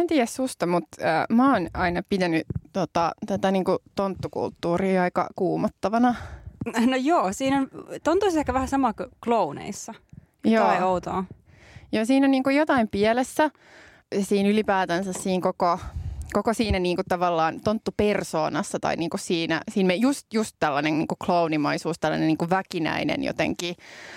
tiedä susta, mutta mä oon aina pitänyt tätä niinku tonttukulttuuria aika kuumottavana. No joo, siinä tuntuu ehkä vähän sama kuin klooneissa. Tai outoa. Joo, siinä on niinku jotain pielessä. Siinä ylipäätänsä siinä koko siinä niinku tavallaan tonttupersoonassa tai niinku siinä me just tällainen niinku kloonimaisuus, tällainen niinku väkinäinen jotenkin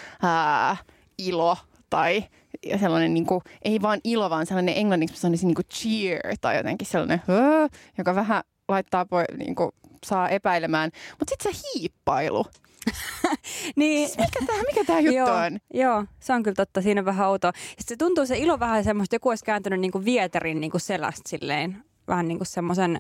ilo tai sellainen niinku, ei vaan ilo, vaan sellainen englanniksi sellainen niinku cheer tai jotenkin sellainen, joka vähän laittaa niinku, saa epäilemään. Mutta sitten se hiippailu. Niin. Siis mikä tää juttu on? Joo, se on kyllä totta. Siinä on vähän outoa. Se tuntuu se ilo vähän semmoista, joku olisi kääntynyt niinku vieterin niinku selästä silleen. Vähän niinku semmoisen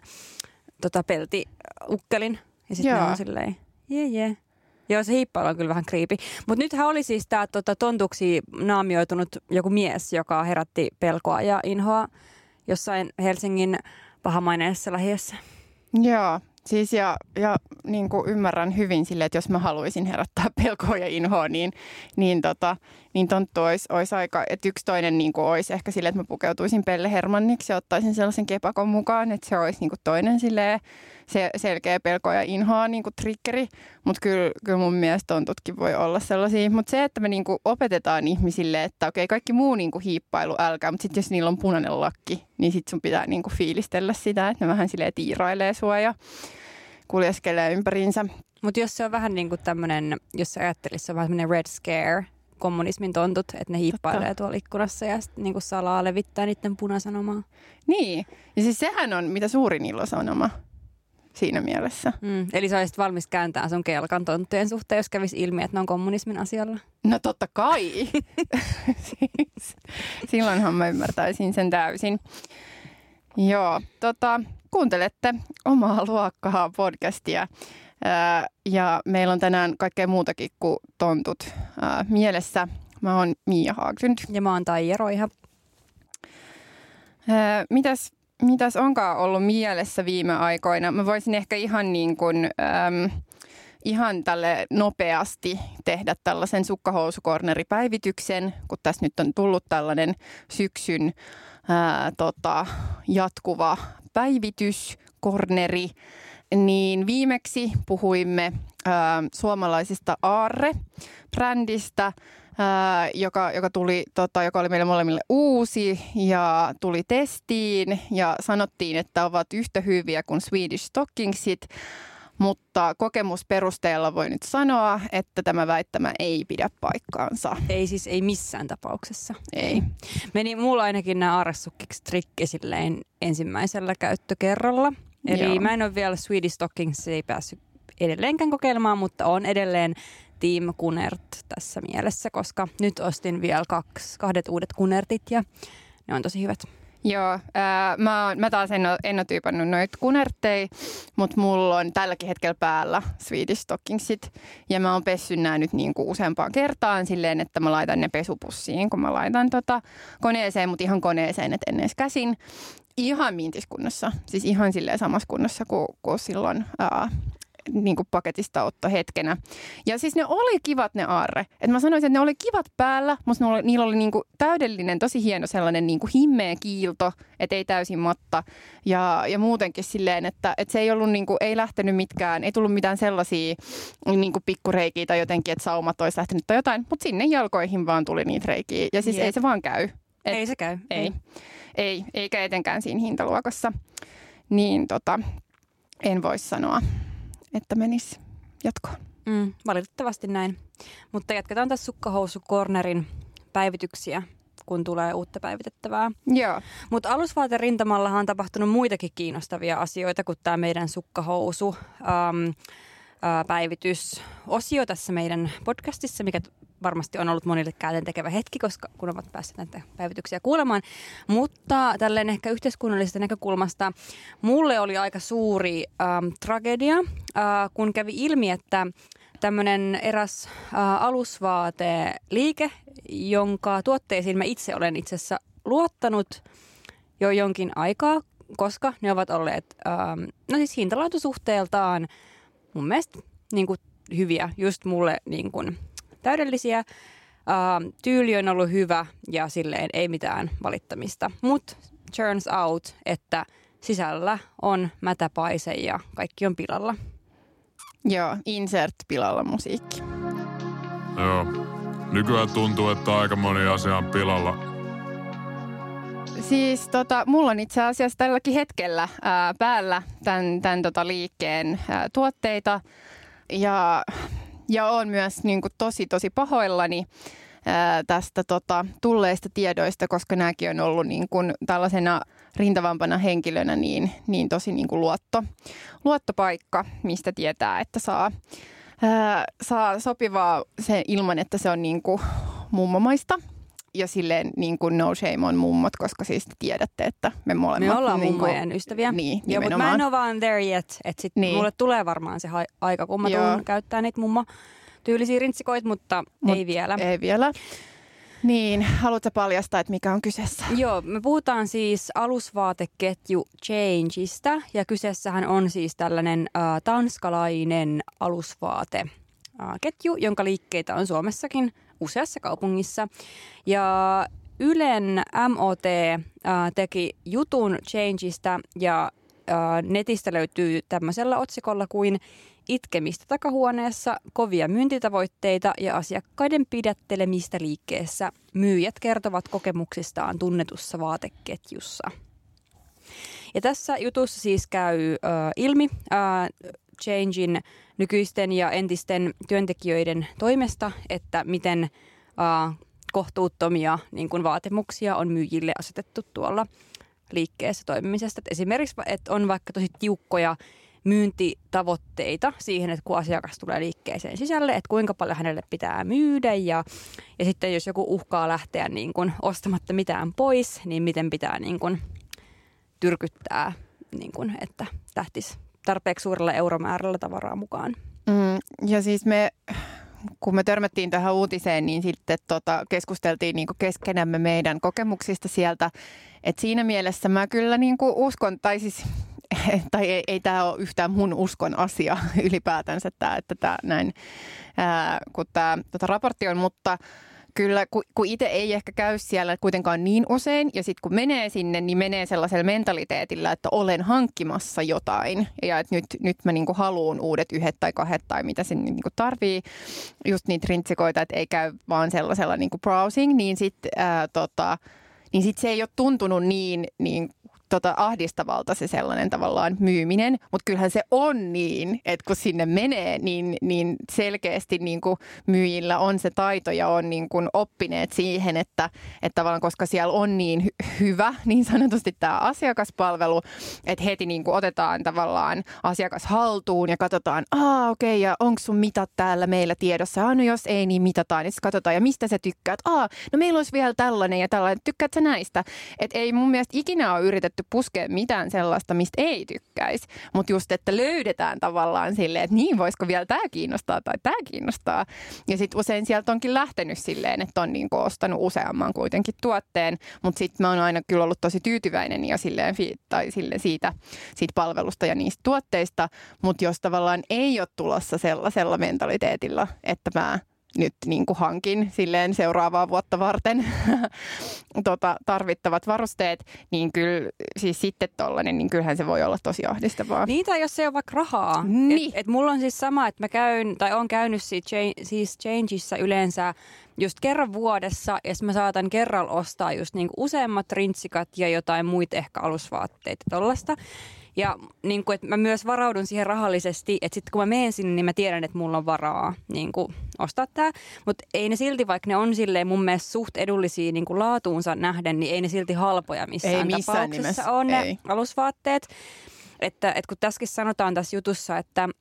peltiukkelin. Ja sitten ne on silleen, jee. Joo, se hiippailu on kyllä vähän creepy. Mutta nythän oli siis tämä tontuksi naamioitunut joku mies, joka herätti pelkoa ja inhoa jossain Helsingin pahamaineessa lähiössä. Joo. Siis ja niin kuin ymmärrän hyvin sille, että jos mä haluaisin herättää pelkoa ja inhoa, niin tonttu olisi aika, että yksi toinen niin kuin olisi ehkä sille, että mä pukeutuisin Pelle Hermanniksi ja ottaisin sellaisen kepakon mukaan, että se olisi niin kuin toinen silleen, se selkeä pelkoa ja inhoa niin kuin triggeri, mutta kyllä mun mielestä tontutkin voi olla sellaisia, mutta se, että me niin kuin opetetaan ihmisille, että okei, kaikki muu niin kuin hiippailu älkää, mutta sitten jos niillä on punainen lakki, niin sitten sun pitää niin kuin fiilistellä sitä, että ne vähän silleen tiirailee sua ja kuljeskelee ympäriinsä. Mutta jos se on vähän niin kuin tämmöinen, jos sä ajattelisi, se on vähän tämmöinen red scare, kommunismin tontut, että ne hiippailee tuolla ikkunassa ja sitten niin kuin salaa levittää niiden punasanomaa. Niin, ja siis sehän on mitä suurin ilosanoma siinä mielessä. Eli sä olisit valmis kääntämään sun kelkan tonttujen suhteen, jos kävisi ilmi, että ne on kommunismin asialla? No totta kai. Siis, silloinhan mä ymmärtäisin sen täysin. Joo, kuuntelette Omaa luokkaa podcastia ja meillä on tänään kaikkea muutakin kuin tontut mielessä. Mä oon Mia Haaglund. Ja mä oon Taija Roiha. Mitäs onkaan ollut mielessä viime aikoina? Mä voisin ehkä ihan niin kuin, ihan tälle nopeasti tehdä tällaisen sukkahousukorneripäivityksen, kun tässä nyt on tullut tällainen syksyn jatkuva päivityskorneri, niin viimeksi puhuimme suomalaisista Aarre-brändistä, joka oli meille molemmille uusi ja tuli testiin ja sanottiin, että ovat yhtä hyviä kuin Swedish Stockingsit, mutta kokemusperusteella voi nyt sanoa, että tämä väittämä ei pidä paikkaansa. Ei missään tapauksessa. Ei. Meni mulla ainakin nämä aarresukkiksi trikki silleen ensimmäisellä käyttökerralla. Eli mä en ole vielä Swedish Stockings, ei päässyt edelleenkään kokeilemaan, mutta on edelleen Team Kunert tässä mielessä, koska nyt ostin vielä kahdet uudet Kunertit ja ne on tosi hyvät. Joo, mä taas en ole tyypannut noita kunertteja, mutta mulla on tälläkin hetkellä päällä Swedish Stockingsit. Ja mä oon pessyt nää nyt niinku useampaan kertaan silleen, että mä laitan ne pesupussiin, kun mä laitan koneeseen, mutta ihan koneeseen, et en edes käsin. Ihan mintiskunnossa, siis ihan silleen samassa kunnossa kuin silloin niin kuin paketista otto hetkenä. Ja siis ne oli kivat ne Aarre. Et mä sanoisin, että ne oli kivat päällä, mutta niillä oli niin kuin täydellinen, tosi hieno sellainen niin kuin himmeä kiilto, että ei täysin matta. Ja muutenkin silleen, että se ei ollut niin kuin, ei lähtenyt mitkään, ei tullut mitään sellaisia niin kuin pikkureikiä tai jotenkin, että saumat olisi lähtenyt tai jotain, mutta sinne jalkoihin vaan tuli niitä reikiä. Ja siis ei se vaan käy. Ei se käy. Ei, eikä etenkään siinä hintaluokassa. Niin en voi sanoa, että menisi jatkoon. Valitettavasti näin. Mutta jatketaan tässä sukkahousukornerin päivityksiä, kun tulee uutta päivitettävää. Joo. Mutta alusvaaterintamallahan on tapahtunut muitakin kiinnostavia asioita kuin tämä meidän sukkahousu päivitysosio tässä meidän podcastissa, mikä varmasti on ollut monille käänteen hetki, koska kun ovat päässeet näitä päivityksiä kuulemaan. Mutta tälleen ehkä yhteiskunnallisesta näkökulmasta mulle oli aika suuri tragedia, kun kävi ilmi, että tämmöinen eräs alusvaateliike, jonka tuotteisiin mä itse olen itse asiassa luottanut jo jonkin aikaa, koska ne ovat olleet hintalaatusuhteeltaan mun mielestä niin kuin hyviä, just mulle niin kuin täydellisiä. Tyyli on ollut hyvä ja silleen ei mitään valittamista. Mutta turns out, että sisällä on mätäpaise ja kaikki on pilalla. Joo, insert pilalla musiikki. Joo. Nykyään tuntuu, että aika moni asia on pilalla. Siis mulla on itse asiassa tälläkin hetkellä päällä tämän liikkeen tuotteita ja on myös niin kuin tosi pahoillani tästä tulleista tiedoista, koska nämäkin on ollut niin kuin tällaisena rintavampana henkilönä niin tosi niin kuin luottopaikka, mistä tietää, että saa sopivaa se ilman, että se on niin kuin mummomaista. Ja silleen niin kuin no shame on mummot, koska siis te tiedätte, että me molemmat... Me ollaan niin mummojen ystäviä. Niin, joo, mutta mä en ole vaan there yet. Että sit niin. Mulle tulee varmaan se aika, kun mä tuun käyttää niitä mummo-tyylisiä rintsikoita, mutta ei vielä. Ei vielä. Niin, haluatko paljastaa, että mikä on kyseessä? Joo, me puhutaan siis alusvaateketju Changeista. Ja kyseessähän on siis tällainen tanskalainen alusvaateketju, jonka liikkeitä on Suomessakin useassa kaupungissa. Ja Ylen MOT teki jutun Changeista ja netistä löytyy tämmöisellä otsikolla kuin itkemistä takahuoneessa, kovia myyntitavoitteita ja asiakkaiden pidättelemistä liikkeessä. Myyjät kertovat kokemuksistaan tunnetussa vaateketjussa. Ja tässä jutussa siis käy ilmi Changein nykyisten ja entisten työntekijöiden toimesta, että miten kohtuuttomia niin kuin vaatimuksia on myyjille asetettu tuolla liikkeessä toimimisesta. Et esimerkiksi, että on vaikka tosi tiukkoja myyntitavoitteita siihen, että kun asiakas tulee liikkeeseen sisälle, että kuinka paljon hänelle pitää myydä ja sitten jos joku uhkaa lähteä niin kuin ostamatta mitään pois, niin miten pitää niin kuin tyrkyttää, niin kuin, että lähtisi tarpeeksi suurella euromäärällä tavaraa mukaan. Ja siis kun me törmättiin tähän uutiseen, niin sitten keskusteltiin niin kuin keskenämme meidän kokemuksista sieltä. Et siinä mielessä mä kyllä niin kuin uskon, tai ei tämä ole yhtään mun uskon asia ylipäätänsä, että tämä näin, kun tämä raportti on, mutta kyllä, kun itse ei ehkä käy siellä kuitenkaan niin usein, ja sitten kun menee sinne, niin menee sellaisella mentaliteetillä, että olen hankkimassa jotain, ja että nyt mä niinku haluun uudet 1 tai 2 tai mitä se niinku tarvii, just niitä rintsikoita, että ei käy vaan sellaisella niinku browsing, niin sitten se ei ole tuntunut niin ahdistavalta se sellainen tavallaan myyminen, mutta kyllähän se on niin, että kun sinne menee, niin selkeästi niin kuin myyjillä on se taito ja on niin kuin oppineet siihen, että tavallaan koska siellä on niin hyvä niin sanotusti tämä asiakaspalvelu, että heti niin kuin otetaan tavallaan asiakas haltuun ja katsotaan, okei, ja onko sun mitat täällä meillä tiedossa? No jos ei, niin mitataan. Ja sitten katsotaan, ja mistä sä tykkäät? No meillä olisi vielä tällainen ja tällainen. Tykkäätkö sä näistä? Että ei mun mielestä ikinä ole yritetty puskea mitään sellaista, mistä ei tykkäisi. Mutta just, että löydetään tavallaan silleen, että niin voisiko vielä tämä kiinnostaa tai tämä kiinnostaa. Ja sitten usein sieltä onkin lähtenyt silleen, että on niinku ostanut useamman kuitenkin tuotteen. Mutta sitten mä oon aina kyllä ollut tosi tyytyväinen ja silleen siitä palvelusta ja niistä tuotteista. Mutta jos tavallaan ei ole tulossa sellaisella mentaliteetilla, että mä nyt niin kuin hankin silleen seuraavaa vuotta varten tarvittavat varusteet, niin kyllä siis sitten tollainen, niin kyllähän se voi olla tosi ahdistavaa. Niin, tai jos se on vaikka rahaa. Niin. Et mulla on siis sama, että mä oon käynyt siis Changeissa yleensä just kerran vuodessa, ja mä saatan kerralla ostaa just niinku useammat rintsikat ja jotain muita ehkä alusvaatteita tollasta. Ja niin kuin, että mä myös varaudun siihen rahallisesti, että sitten kun mä menen sinne, niin mä tiedän, että mulla on varaa niin kuin ostaa tää. Mutta ei ne silti, vaikka ne on silleen mun mielestä suht edullisia niin kuin laatuunsa nähden, niin ei ne silti halpoja missään tapauksessa nimessä on ne alusvaatteet. Että kun tässäkin sanotaan tässä jutussa,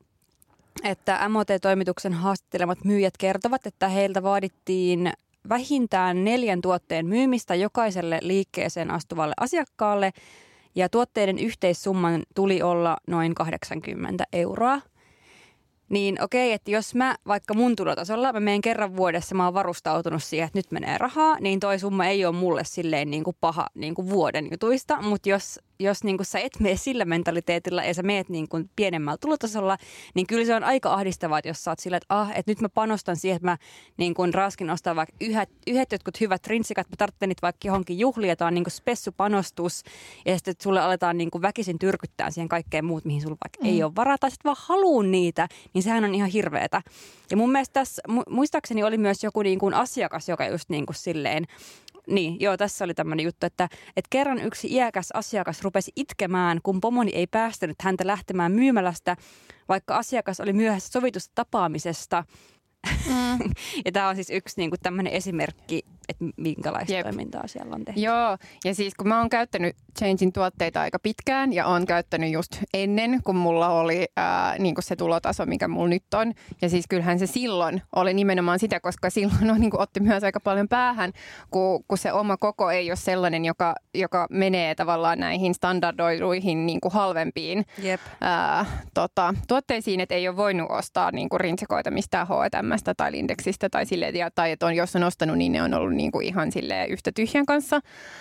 että MOT-toimituksen haastattelemat myyjät kertovat, että heiltä vaadittiin vähintään 4 tuotteen myymistä jokaiselle liikkeeseen astuvalle asiakkaalle. Ja tuotteiden yhteissumman tuli olla noin 80 €. Niin okei, että jos mä vaikka mun tulotasolla, mä menen kerran vuodessa, mä oon varustautunut siihen, että nyt menee rahaa, niin toi summa ei ole mulle silleen niin kuin paha niin kuin vuoden jutuista. Mutta jos niin kuin sä et mene sillä mentaliteetilla ja sä meet niin kuin pienemmällä tulotasolla, niin kyllä se on aika ahdistavaa, että jos sä oot sillä, että nyt mä panostan siihen, että mä niin kuin raskin ostaa vaikka yhdet jotkut hyvät rintsikat, mä tarvitsen niitä vaikka johonkin juhliin, ja tää on niin kuin spessupanostus, ja sitten sulle aletaan niin kuin väkisin tyrkyttää siihen kaikkeen muut, mihin sulla vaikka ei ole varaa, tai sitten vaan haluu niitä, niin sehän on ihan hirveetä. Ja mun mielestä tässä, muistaakseni oli myös joku niin kuin asiakas, joka just niin kuin silleen, niin, joo, tässä oli tämmöinen juttu, että kerran yksi iäkäs asiakas rupesi itkemään, kun pomoni ei päästänyt häntä lähtemään myymälästä, vaikka asiakas oli myöhässä sovitusta tapaamisesta. Ja tämä on siis yksi niin kuin tämmöinen esimerkki, että minkälaista toimintaa siellä on tehty. Joo, ja siis kun mä oon käyttänyt Changein tuotteita aika pitkään ja oon käyttänyt just ennen, kun mulla oli niin kuin se tulotaso, mikä mulla nyt on. Ja siis kyllähän se silloin oli nimenomaan sitä, koska silloin niin kuin otti myös aika paljon päähän, kun se oma koko ei ole sellainen, joka menee tavallaan näihin standardoiduihin niin kuin halvempiin tuotteisiin, että ei ole voinut ostaa niin kuin rintsikoita mistään H&M:stä tai Lindexistä tai silleen, tai että jos on ostanut, niin ne on ollut niin kuin ihan silleen yhtä tyhjän kanssa.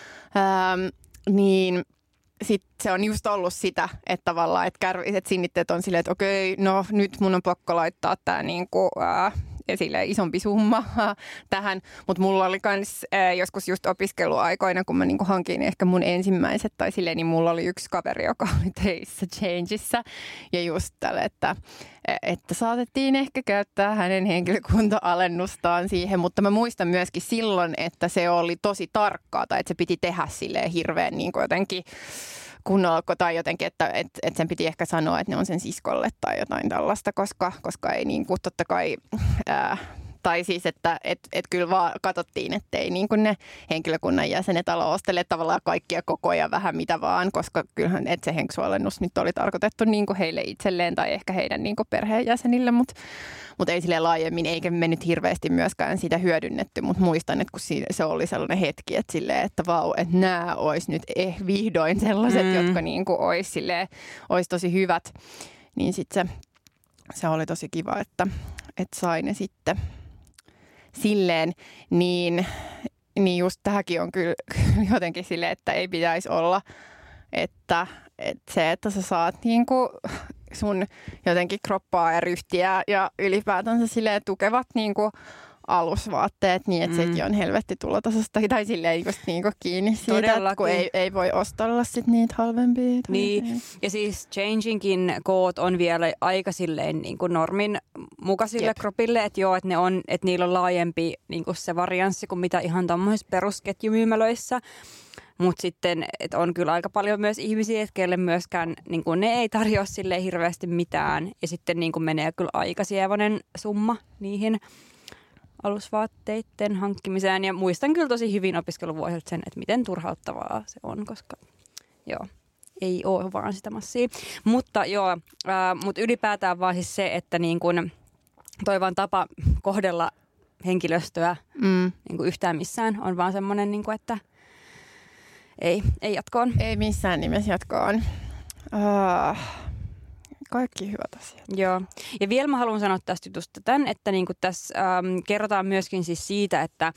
Niin sitten se on just ollut sitä, että tavallaan, että sinnitteet on silleen, että okei, no nyt mun on pakko laittaa tämä niinku, esille isompi summa tähän. Mutta mulla oli myös joskus just opiskeluaikoina, kun mä niinku hankin ehkä mun ensimmäiset tai silleen, niin mulla oli yksi kaveri, joka oli töissä Changeissa. Ja just tälle, että saatettiin ehkä käyttää hänen henkilökunta-alennustaan siihen, mutta mä muistan myöskin silloin, että se oli tosi tarkkaa tai että se piti tehdä silleen hirveän niin kuin jotenkin kunnolla tai jotenkin, että sen piti ehkä sanoa, että ne on sen siskolle tai jotain tällaista, koska ei niin kuin totta kai... Tai siis, että kyllä vaan katsottiin, ettei niin kuin ne henkilökunnan jäsenet ala ostele tavallaan kaikkia kokoja vähän mitä vaan, koska kyllähän se henksuolennus nyt oli tarkoitettu niin kuin heille itselleen tai ehkä heidän niin kuin perheenjäsenille, mutta ei silleen laajemmin, eikä me nyt hirveästi myöskään sitä hyödynnetty, mutta muistan, että kun se oli sellainen hetki, että silleen, että vau, että nämä olisi nyt vihdoin sellaiset, jotka niin kuin olisi tosi hyvät, niin sitten se oli tosi kiva, että sai ne sitten silleen, niin just tähänkin on kyllä jotenkin silleen, että ei pitäisi olla, että se, että sä saat niinku sun jotenkin kroppaa ja ryhtiä ja ylipäätänsä silleen tukevat niinku alusvaatteet niin, että sekin on helvetti tulotasosta tai silleen just niinku kiinni siitä, että kun ei voi ostella sit niitä halvempia. Niin, ja siis Changingin koot on vielä aika silleen niinku normin mukaisille kropille, että joo, että niillä on laajempi niinku se varianssi kuin mitä ihan tommoisissa perusketjumyymälöissä. Mutta sitten että on kyllä aika paljon myös ihmisiä, keille myöskään niin ne ei tarjoa silleen hirveästi mitään. Ja sitten niin menee kyllä aika sievoinen summa niihin alusvaatteiden hankkimiseen. Ja muistan kyllä tosi hyvin opiskeluvuosilta sen, että miten turhauttavaa se on, koska joo, ei ole vaan sitä massia. Mutta joo, mutta ylipäätään vaan siis se, että niin kuin toi vaan tapa kohdella henkilöstöä niin kuin yhtään missään on vaan semmoinen, niin kuin, että ei jatkoon. Ei missään nimessä jatkoon. Kaikki hyvät asiat. Joo. Ja vielä mä haluan sanoa tästä jutusta tämän, että niinku tässä kerrotaan myöskin siis siitä, että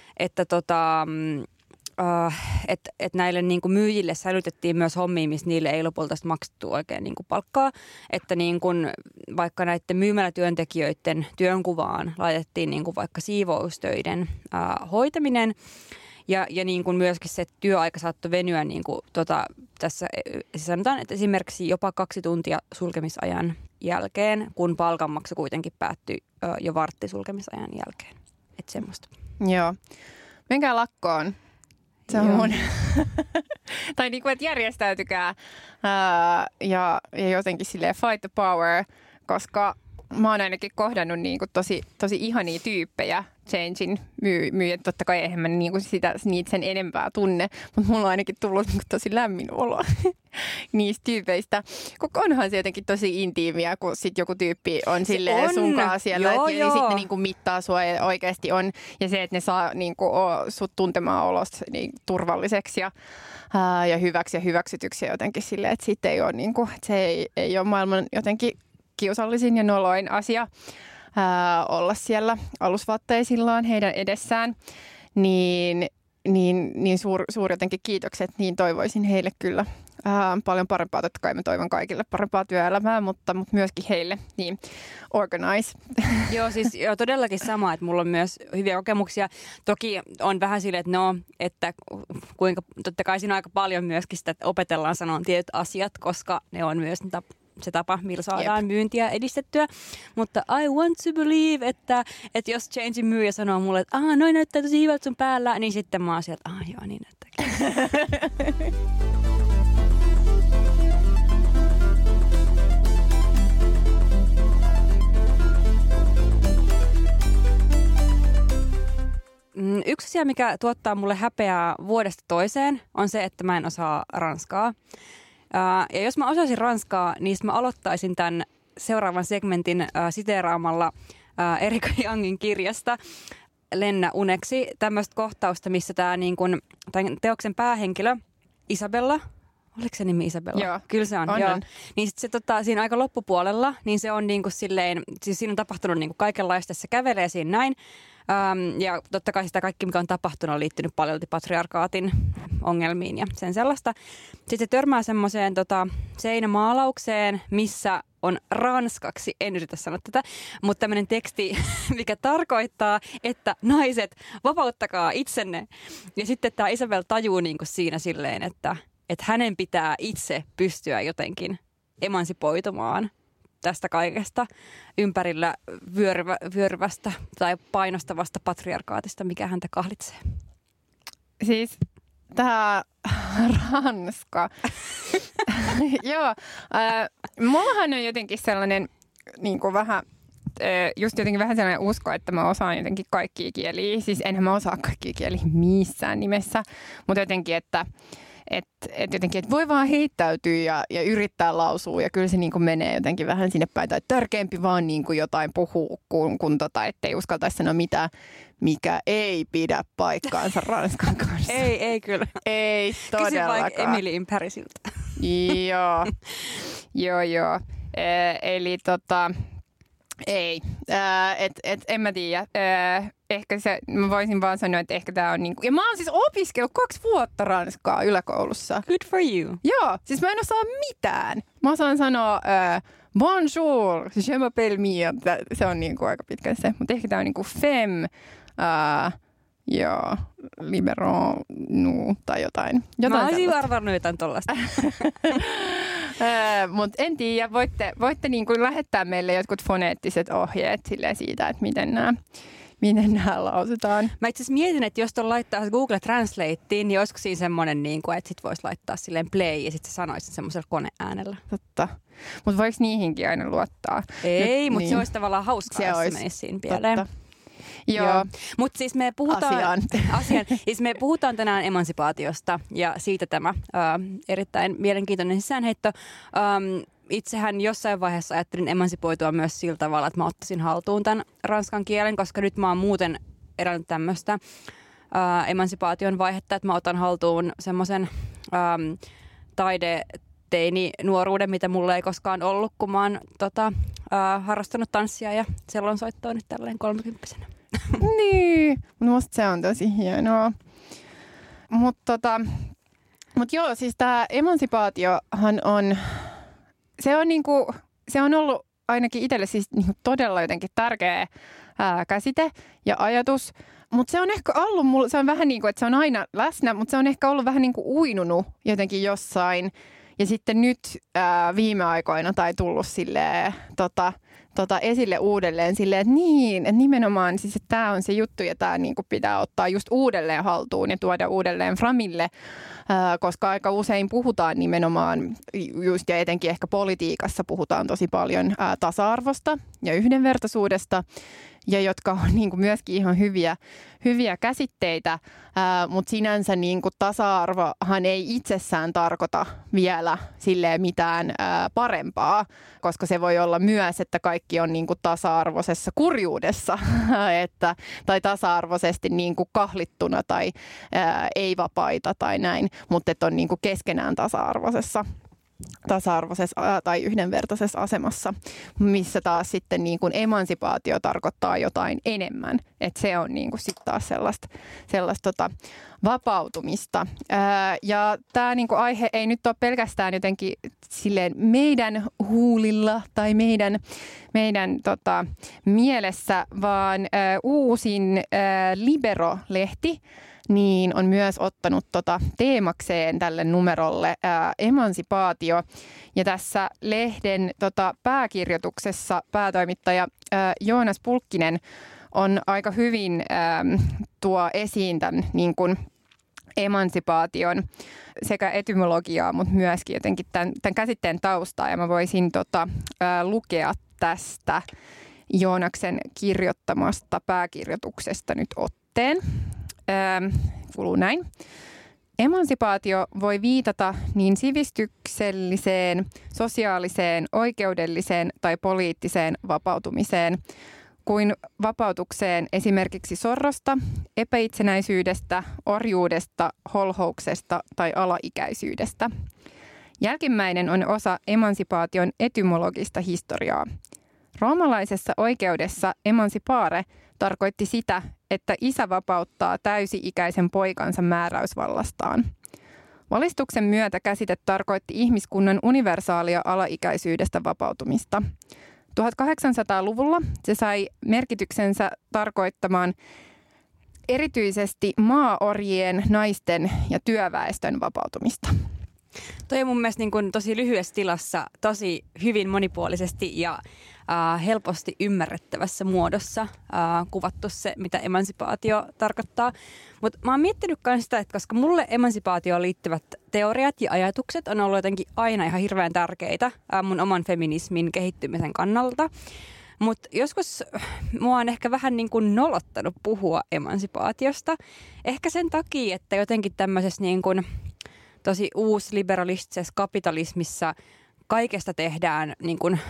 näille niinku myyjille sälytettiin myös hommia, missä niille ei lopulta maksettu oikein niinku palkkaa. Että niinku, vaikka näiden myymälätyöntekijöiden työnkuvaan laitettiin niinku vaikka siivoustöiden hoitaminen. Ja niin kuin myöskin se työaika saattoi venyä, niin kuin tässä sanotaan, että esimerkiksi jopa 2 tuntia sulkemisajan jälkeen, kun palkanmaksu kuitenkin päättyi jo vartti sulkemisajan jälkeen. Että semmoista. Joo. Menkää lakkoon. Se on mun. Tai niin kuin, että järjestäytykää ja jotenkin silleen fight the power, koska mä oon ainakin kohdannut niin kuin tosi ihania tyyppejä Changein myyjät. Totta kai eihän mä niin kuin niitä sen enempää tunne, mutta mulla on ainakin tullut niin kuin tosi lämmin olo niistä tyypeistä. Onhan se jotenkin tosi intiimiä, kun sit joku tyyppi on silleen sunkaan siellä. Ja sitten ne niin kuin mittaa sua ja oikeasti on. Ja se, että ne saa niin kuin sut tuntemaan olos niin turvalliseksi ja hyväksi ja hyväksytyksi jotenkin silleen, että sitten ei ole niin kuin, että se ei ole maailman jotenkin kiusallisin ja noloin asia olla siellä alusvaatteisillaan heidän edessään, niin suuri jotenkin kiitokset, niin toivoisin heille kyllä Paljon parempaa, totta kai mä toivon kaikille parempaa työelämää, mutta myöskin heille, niin organize. Joo, siis todellakin sama, että mulla on myös hyviä kokemuksia. Toki on vähän silleen, että kuinka, totta kai siinä on aika paljon myöskin sitä, että opetellaan sanoa tietyt asiat, koska ne on myös se tapa, millä saadaan myyntiä edistettyä. Mutta I want to believe, että jos Changein myyjä sanoo mulle, että noin näyttää tosi hyvältä sun päällä, niin sitten mä oon sieltä, joo, niin näyttääkin. Yksi asia, mikä tuottaa mulle häpeää vuodesta toiseen, on se, että mä en osaa ranskaa. Ja jos mä osaisin ranskaa, niin mä aloittaisin tämän seuraavan segmentin siteeraamalla Erika Youngin kirjasta Lennä uneksi. Tämmöistä kohtausta, missä tämän teoksen päähenkilö Isabella, oliko se nimi Isabella? Joo. Kyllä se on. Joo. Niin sit se siinä aika loppupuolella, niin se on niinku silleen, siis siinä on tapahtunut niinku kaikenlaista, se kävelee siinä näin. Ja totta kai sitä kaikki, mikä on tapahtunut, on liittynyt paljon patriarkaatin ongelmiin ja sen sellaista. Sitten se törmää semmoiseen seinämaalaukseen, missä on ranskaksi, en yritä sanoa tätä, mutta tämmöinen teksti, mikä tarkoittaa, että naiset, vapauttakaa itsenne. Ja sitten tämä Isabel tajuu niin kuin siinä silleen, että hänen pitää itse pystyä jotenkin emansipoitumaan tästä kaikesta ympärillä vyöryvästä tai painostavasta patriarkaatista, mikä häntä kahlitsee. Siis tämä Ranska. Joo, mullahan on jotenkin sellainen niin kuin vähän, just jotenkin vähän sellainen usko, että mä osaan jotenkin kaikkia kieliä. Siis enhän mä osaa kaikkia kieliä missään nimessä, mutta jotenkin, että jotenkin, että voi vaan heittäytyä ja yrittää lausua ja kyllä se niin kuin menee jotenkin vähän sinne päin. Tai tärkeämpi vaan niin kuin jotain puhuu, kun ettei uskaltaisi sanoa mitään, mikä ei pidä paikkaansa ranskan kanssa. Ei kyllä. Ei todellakaan. Kysy vaikka Emily in Parisilta. Joo. Eli ei. En mä tiedä. Ehkä mä voisin vaan sanoa, että ehkä tää on niinku. Ja mä oon siis opiskellut 2 vuotta ranskaa yläkoulussa. Good for you. Joo, siis mä en osaa mitään. Mä osaan sanoa bonjour, je m'appelle Mia. Se on niinku aika pitkä se. Mutta ehkä tää on niinku femme, joo, libero, nu tai jotain mä olisin arvannut jotain tollaista. Mutta en tiedä, voitte niinku lähettää meille jotkut foneettiset ohjeet siitä, että miten nämä lausutaan. Mä itse asiassa mietin, että jos tuon laittaa Google Translateen, niin olisiko siinä semmoinen, että sit voisi laittaa silleen play ja sitten se sanoisi semmoisella koneäänellä. Totta. Mutta voiko niihinkin aina luottaa? Ei, mutta niin. Se olisi tavallaan hauskaa, jos se menisi siinä pieleen. Totta. Joo. Mutta siis me puhutaan siis me puhutaan tänään emansipaatiosta ja siitä tämä erittäin mielenkiintoinen sisäänheitto. Itsehän jossain vaiheessa ajattelin emansipoitua myös sillä tavalla, että mä ottaisin haltuun tämän ranskan kielen, koska nyt mä oon muuten elänyt tämmöistä emansipaation vaihetta, että mä otan haltuun semmoisen teini-nuoruuden, mitä mulla ei koskaan ollut, kun mä oon harrastanut tanssia ja sellonsoittoa nyt tälleen 30-vuotiaana. Niin, musta se on tosi hienoa. Mutta joo, siis tämä emansipaatiohan on, se on ollut ainakin itselle siis niinku todella jotenkin tärkeä käsite ja ajatus. Mutta se on ehkä ollut mulla, se on vähän niin kuin, että se on aina läsnä, mutta se on ehkä ollut vähän niin kuin uinunut jotenkin jossain. Ja sitten nyt viime aikoina tai tullut silleen, esille uudelleen silleen, että niin, että nimenomaan siis, että tämä on se juttu ja tämä niin kuin pitää ottaa just uudelleen haltuun ja tuoda uudelleen framille, koska aika usein puhutaan nimenomaan just ja etenkin ehkä politiikassa puhutaan tosi paljon tasa-arvosta ja yhdenvertaisuudesta. Ja jotka on niin kuin myöskin ihan hyviä käsitteitä, mutta sinänsä niin kuin tasa-arvohan ei itsessään tarkoita vielä silleen mitään parempaa, koska se voi olla myös, että kaikki on niin kuin tasa-arvoisessa kurjuudessa tai tasa-arvoisesti niin kuin kahlittuna tai ei-vapaita tai näin, mutta että on niin kuin keskenään tasa-arvoisessa tasa-arvoisessa tai yhdenvertaisessa asemassa, missä taas sitten niin kuin emansipaatio tarkoittaa jotain enemmän. Että se on niin kuin sitten taas sellaista vapautumista. Ja tämä niin kuin aihe ei nyt ole pelkästään jotenkin silleen meidän huulilla tai meidän mielessä, vaan uusin Libero-lehti niin on myös ottanut teemakseen tälle numerolle emansipaatio. Ja tässä lehden pääkirjoituksessa päätoimittaja Joonas Pulkkinen on aika hyvin tuo esiin tämän niin kuin emansipaation sekä etymologiaa, mutta myöskin jotenkin tämän käsitteen taustaa. Ja mä voisin lukea tästä Joonaksen kirjoittamasta pääkirjoituksesta nyt otteen. Kuuluu näin. Emansipaatio voi viitata niin sivistykselliseen, sosiaaliseen, oikeudelliseen tai poliittiseen vapautumiseen kuin vapautukseen esimerkiksi sorrosta, epäitsenäisyydestä, orjuudesta, holhouksesta tai alaikäisyydestä. Jälkimmäinen on osa emansipaation etymologista historiaa. Roomalaisessa oikeudessa emansipare tarkoitti sitä, että isä vapauttaa täysi-ikäisen poikansa määräysvallastaan. Valistuksen myötä käsite tarkoitti ihmiskunnan universaalia alaikäisyydestä vapautumista. 1800-luvulla se sai merkityksensä tarkoittamaan erityisesti maaorjien, naisten ja työväestön vapautumista. Toi on mun mielestä niin kuin tosi lyhyessä tilassa, tosi hyvin monipuolisesti ja helposti ymmärrettävässä muodossa kuvattu se, mitä emansipaatio tarkoittaa. Mutta mä oon miettinyt myös sitä, että koska mulle emansipaatioon liittyvät teoriat ja ajatukset on ollut jotenkin aina ihan hirveän tärkeitä mun oman feminismin kehittymisen kannalta. Mutta joskus mua on ehkä vähän niin kuin nolottanut puhua emansipaatiosta. Ehkä sen takia, että jotenkin tämmöisessä niin kuin tosi uusliberalistisessa kapitalismissa kaikesta tehdään niin kuin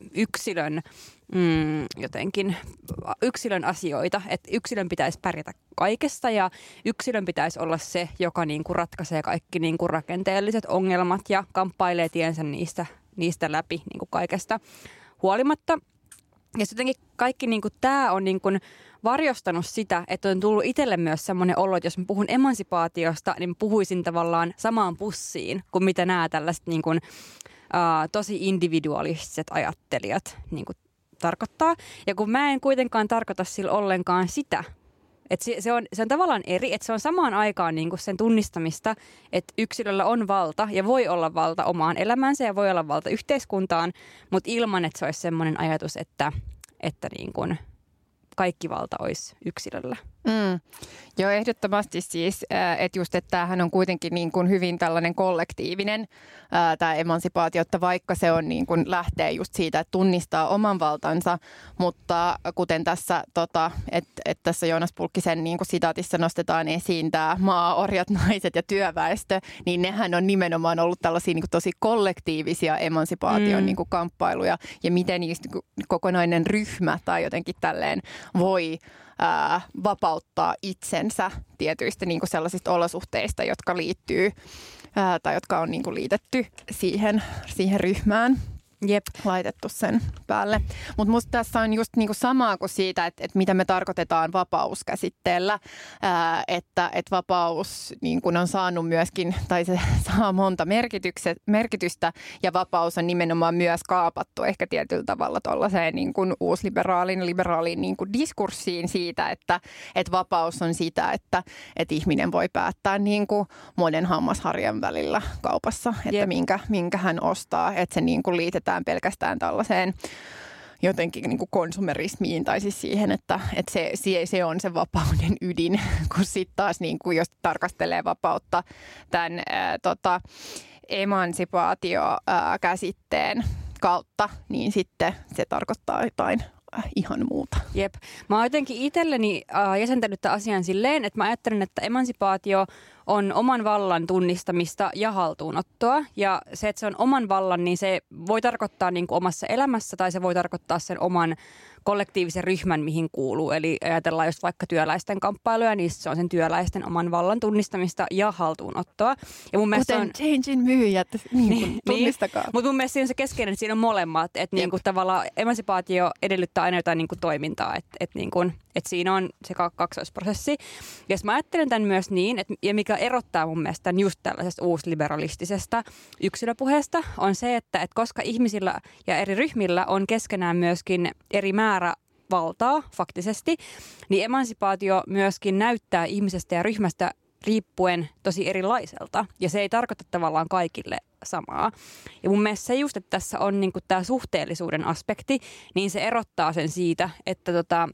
yksilön asioita, että yksilön pitäisi pärjätä kaikesta ja yksilön pitäisi olla se, joka niin kuin ratkaisee kaikki niin kuin rakenteelliset ongelmat ja kamppailee tiensä niistä läpi niin kuin kaikesta huolimatta. Ja jotenkin kaikki niin kuin tämä on niin kuin varjostanut sitä, että on tullut itselle myös semmoinen olo, että jos mä puhun emansipaatiosta, niin puhuisin tavallaan samaan pussiin kuin mitä nämä tällaiset niin kuin tosi individualistiset ajattelijat niin kuin tarkoittaa. Ja kun mä en kuitenkaan tarkoita sillä ollenkaan sitä, että se on tavallaan eri, että se on samaan aikaan niin kuin sen tunnistamista, että yksilöllä on valta ja voi olla valta omaan elämäänsä ja voi olla valta yhteiskuntaan, mutta ilman, että se olisi semmoinen ajatus, että niin kuin kaikki valta olisi yksilöllä. Joo, ehdottomasti siis, että just, että tämähän on kuitenkin niin kuin hyvin tällainen kollektiivinen tämä emansipaatio, että vaikka se on niin kuin lähtee just siitä, että tunnistaa oman valtansa, mutta kuten tässä, että tässä Joonas Pulkkisen niin kuin sitaatissa nostetaan esiin tämä maaorjat, naiset ja työväestö, niin nehän on nimenomaan ollut tällaisia niin kuin tosi kollektiivisia emansipaation niin kuin kamppailuja ja miten niistä kokonainen ryhmä tai jotenkin tälleen voi vapauttaa itsensä tietyistä niin kuin sellaisista olosuhteista, jotka liittyy tai jotka on niin kuin liitetty siihen ryhmään. Jep. Laitettu sen päälle. Mutta musta tässä on just niinku samaa kuin siitä, että mitä me tarkoitetaan vapauskäsitteellä, että vapaus niin kun on saanut myöskin, tai se saa monta merkitystä, ja vapaus on nimenomaan myös kaapattu ehkä tietyllä tavalla tuollaiseen niin kuin liberaalin niin kuin diskurssiin siitä, että vapaus on sitä, että ihminen voi päättää niin kuin monen hammasharjan välillä kaupassa, että minkä hän ostaa, että se niin kuin liitetään pelkästään tällaiseen jotenkin niin kuin konsumerismiin tai siis siihen, että se on se vapauden ydin, kun sitten taas niin kuin jos tarkastelee vapautta tämän emansipaatio-käsitteen kautta, niin sitten se tarkoittaa jotain ihan muuta. Jep. Mä oon jotenkin itselleni jäsentänyt tämän asian silleen, että mä ajattelen, että emansipaatio on oman vallan tunnistamista ja haltuunottoa. Ja se, että se on oman vallan, niin se voi tarkoittaa niin kuin omassa elämässä tai se voi tarkoittaa sen oman kollektiivisen ryhmän, mihin kuuluu. Eli ajatellaan just vaikka työläisten kamppailuja, niin se on sen työläisten oman vallan tunnistamista ja haltuunottoa. Ja mun kuten on Changein myyjät, niin tunnistakaa. Niin. Mutta mun mielestä siinä on se keskeinen, että siinä on molemmat. Että niinku tavallaan emansipaatio edellyttää aina jotain niinku toimintaa. Että siinä on se kaksoisprosessi. Ja jos mä ajattelen tämän myös niin, ja mikä erottaa mun mielestä tämän just tällaisesta uusliberalistisesta yksilöpuheesta, on se, että koska ihmisillä ja eri ryhmillä on keskenään myöskin eri määrä valtaa faktisesti, niin emansipaatio myöskin näyttää ihmisestä ja ryhmästä riippuen tosi erilaiselta. Ja se ei tarkoita tavallaan kaikille samaa. Ja mun mielestä se just, että tässä on niinku tämä suhteellisuuden aspekti, niin se erottaa sen siitä, että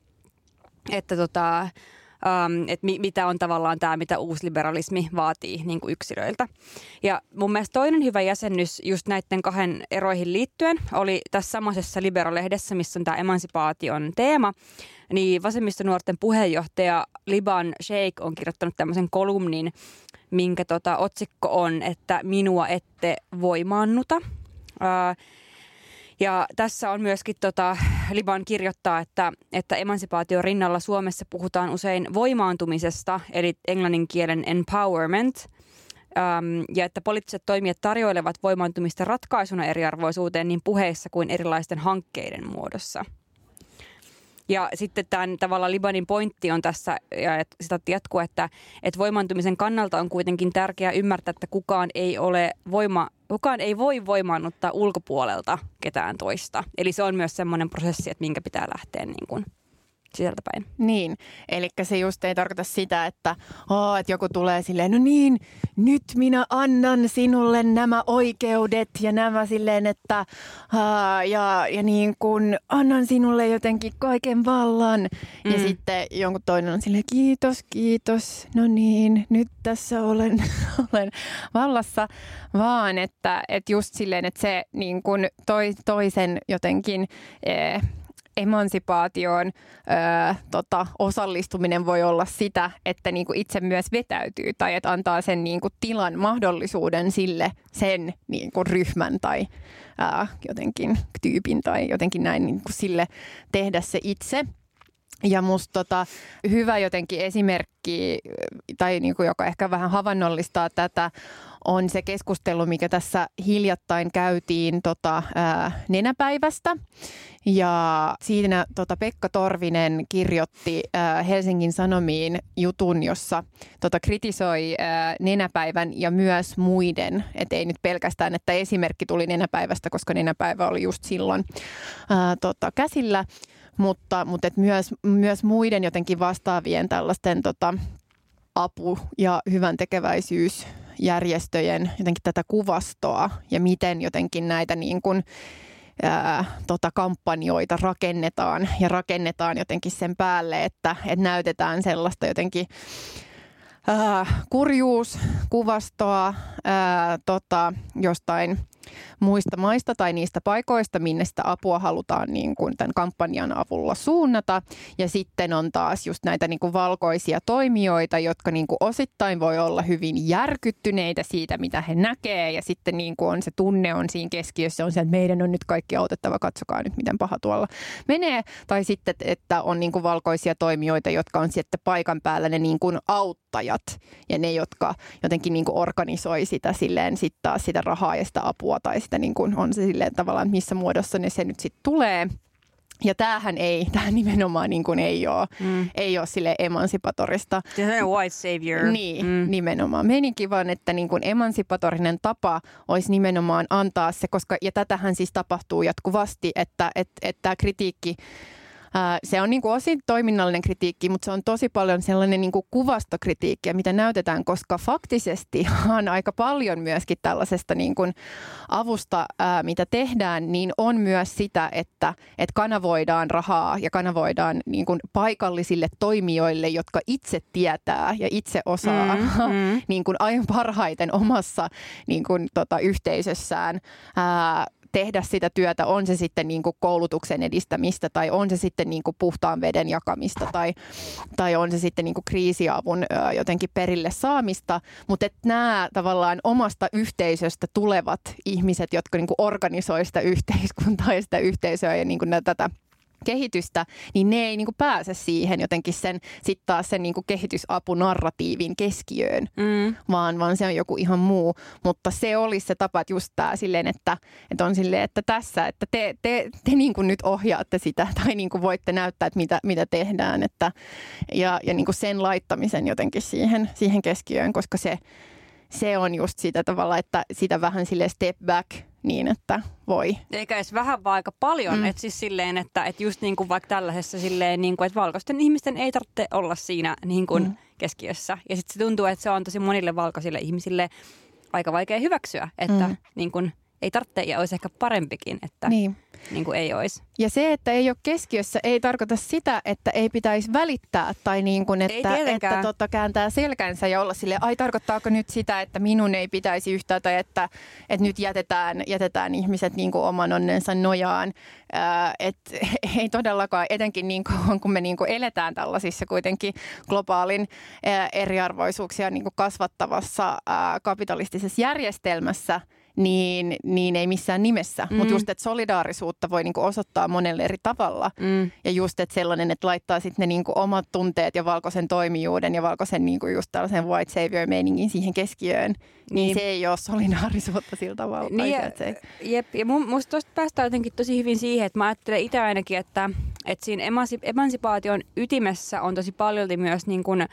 mitä on tavallaan tämä, mitä uusliberalismi vaatii niin kuin yksilöiltä. Ja mun mielestä toinen hyvä jäsennys just näiden kahden eroihin liittyen oli tässä samaisessa Libero-lehdessä, missä on tämä emansipaation teema, niin vasemmistonuorten puheenjohtaja Liban Sheikh on kirjoittanut tämmöisen kolumnin, minkä otsikko on, että minua ette voimaannuta. Ja tässä on myöskin Liban kirjoittaa, että emansipaation rinnalla Suomessa puhutaan usein voimaantumisesta, eli englannin kielen empowerment, ja että poliittiset toimijat tarjoilevat voimaantumista ratkaisuna eriarvoisuuteen niin puheissa kuin erilaisten hankkeiden muodossa. Ja sitten tämän tavallaan Libanin pointti on tässä, ja sitä jatkuu, että voimaantumisen kannalta on kuitenkin tärkeää ymmärtää, että kukaan ei voi voimaannuttaa ulkopuolelta ketään toista. Eli se on myös semmoinen prosessi, että minkä pitää lähteä niin kuin sisältäpäin. Niin, eli se just ei tarkoita sitä, että joku tulee silleen, no niin, nyt minä annan sinulle nämä oikeudet ja nämä silleen, että ja niin kuin annan sinulle jotenkin kaiken vallan. Ja sitten jonkun toinen on silleen, kiitos, no niin, nyt tässä olen vallassa, vaan että just silleen, että se niin kuin toisen jotenkin emansipaatioon osallistuminen voi olla sitä, että niinku itse myös vetäytyy tai että antaa sen niinku tilan mahdollisuuden sille sen niinku ryhmän tai jotenkin tyypin tai jotenkin näin niinku sille tehdä se itse. Ja musta hyvä jotenkin esimerkki, tai niinku, joka ehkä vähän havainnollistaa tätä, on se keskustelu, mikä tässä hiljattain käytiin nenäpäivästä. Ja siinä Pekka Torvinen kirjoitti Helsingin Sanomiin jutun, jossa kritisoi nenäpäivän ja myös muiden. Et ei nyt pelkästään, että esimerkki tuli nenäpäivästä, koska nenäpäivä oli just silloin käsillä. Mutta et myös muiden jotenkin vastaavien tällaisten apu- ja hyväntekeväisyysjärjestöjen jotenkin tätä kuvastoa ja miten jotenkin näitä niin kuin, kampanjoita rakennetaan jotenkin sen päälle, että näytetään sellaista jotenkin kurjuuskuvastoa jostain muista maista tai niistä paikoista, minne sitä apua halutaan niin kuin tämän kampanjan avulla suunnata. Ja sitten on taas just näitä niin kuin valkoisia toimijoita, jotka niin kuin osittain voi olla hyvin järkyttyneitä siitä, mitä he näkee. Ja sitten niin kuin on se tunne on siinä keskiössä, on se, että meidän on nyt kaikki autettava, katsokaa nyt, miten paha tuolla menee. Tai sitten, että on niin kuin valkoisia toimijoita, jotka on sitten paikan päällä ne niin kuin auttajat ja ne, jotka jotenkin niin kuin organisoi sitä silleen sitten taas sitä rahaa ja sitä apua tai sitä niin kuin on se silleen tavallaan, missä muodossa ne se nyt sitten tulee. Ja tämähän nimenomaan niin kuin ei ole silleen emansipatorista. Se on white savior. Niin, nimenomaan. Meininkin vaan, että niin kuin emansipatorinen tapa olisi nimenomaan antaa se, koska, ja tätähän siis tapahtuu jatkuvasti, että kritiikki, se on niin kuin osin toiminnallinen kritiikki, mutta se on tosi paljon sellainen niin kuin kuvastokritiikkiä, mitä näytetään, koska faktisesti on aika paljon myöskin tällaisesta niin kuin avusta, mitä tehdään, niin on myös sitä, että kanavoidaan rahaa ja kanavoidaan niin kuin paikallisille toimijoille, jotka itse tietää ja itse osaa niin kuin aivan parhaiten omassa niin kuin yhteisössään tehdä sitä työtä, on se sitten niin kuin koulutuksen edistämistä tai on se sitten niin kuin puhtaan veden jakamista tai on se sitten niin kuin kriisiavun jotenkin perille saamista, mutta että nämä tavallaan omasta yhteisöstä tulevat ihmiset, jotka niin kuin organisoi sitä yhteiskuntaa ja sitä yhteisöä ja niin kuin tätä kehitystä, niin ne ei niinku pääse siihen jotenkin sitten taas sen niinku kehitysapunarratiivin keskiöön, vaan se on joku ihan muu. Mutta se olisi se tapa, että just tämä silleen, että on silleen, että tässä, että te niinku nyt ohjaatte sitä tai niinku voitte näyttää, että mitä tehdään. Ja niinku sen laittamisen jotenkin siihen keskiöön, koska se on just sitä tavalla, että sitä vähän silleen step back niin, että voi. Eikä edes vähän, vaan aika paljon. Että siis silleen, että just niin kuin vaikka tällaisessa silleen, niin kuin, että valkoisten ihmisten ei tarvitse olla siinä niin kuin keskiössä. Ja sitten se tuntuu, että se on tosi monille valkoisille ihmisille aika vaikea hyväksyä, että niin kuin ei tarvitse ja olisi ehkä parempikin, että niin kuin ei olisi. Ja se, että ei ole keskiössä, ei tarkoita sitä, että ei pitäisi välittää tai niin kuin, että kääntää selkänsä ja olla silleen, ai tarkoittaako nyt sitä, että minun ei pitäisi yhtään tai että nyt jätetään ihmiset niin kuin oman onnensa nojaan. Että ei todellakaan, etenkin niin kuin, kun me niin kuin eletään tällaisissa kuitenkin globaalin eriarvoisuuksia niin kuin kasvattavassa kapitalistisessa järjestelmässä, niin ei missään nimessä. Mutta just, että solidaarisuutta voi niinku osoittaa monelle eri tavalla. Ja just, että sellainen, että laittaa sitten ne niinku omat tunteet ja valkoisen toimijuuden ja valkoisen niinku just tällaisen white savior-meiningin siihen keskiöön. Niin se ei ole solidaarisuutta sillä tavalla. Jep, ja musta tuosta päästään jotenkin tosi hyvin siihen, että mä ajattelen itse ainakin, että siinä emansipaation ytimessä on tosi paljolti myös niin kuin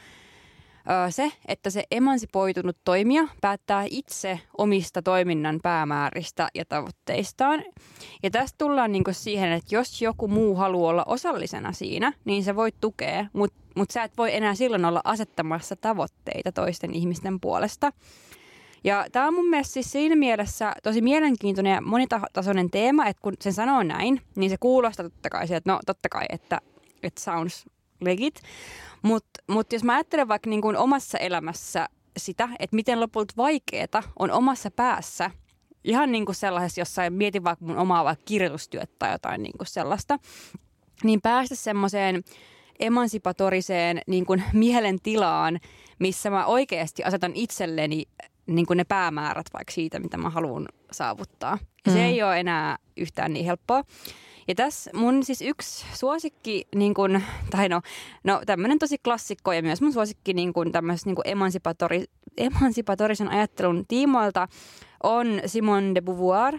se, että se emansipoitunut toimija päättää itse omista toiminnan päämääristä ja tavoitteistaan. Ja tästä tullaan niinku siihen, että jos joku muu haluaa olla osallisena siinä, niin se voi tukea, mutta sä et voi enää silloin olla asettamassa tavoitteita toisten ihmisten puolesta. Ja tämä on mun mielestä siis siinä mielessä tosi mielenkiintoinen ja monitasoinen teema, että kun sen sanoo näin, niin se kuulostaa totta kai sieltä, no totta kai, että sounds legit. Mutta jos mä ajattelen vaikka niin kuin omassa elämässä sitä, että miten lopulta vaikeeta on omassa päässä, ihan niin kuin sellaisessa, jossain mietin vaikka mun omaa vaikka kirjoitustyötä tai jotain niin kuin sellaista, niin päästä semmoiseen emansipatoriseen niin kuin mielentilaan, missä mä oikeasti asetan itselleni niin kuin ne päämäärät vaikka siitä, mitä mä haluan saavuttaa. Ja se ei ole enää yhtään niin helppoa. Ja tässä mun siis yksi suosikki, niin kun, tai no tämmöinen tosi klassikko ja myös mun suosikki niin kun tämmöisen niin kun emansipatorisen ajattelun tiimoilta on Simone de Beauvoir.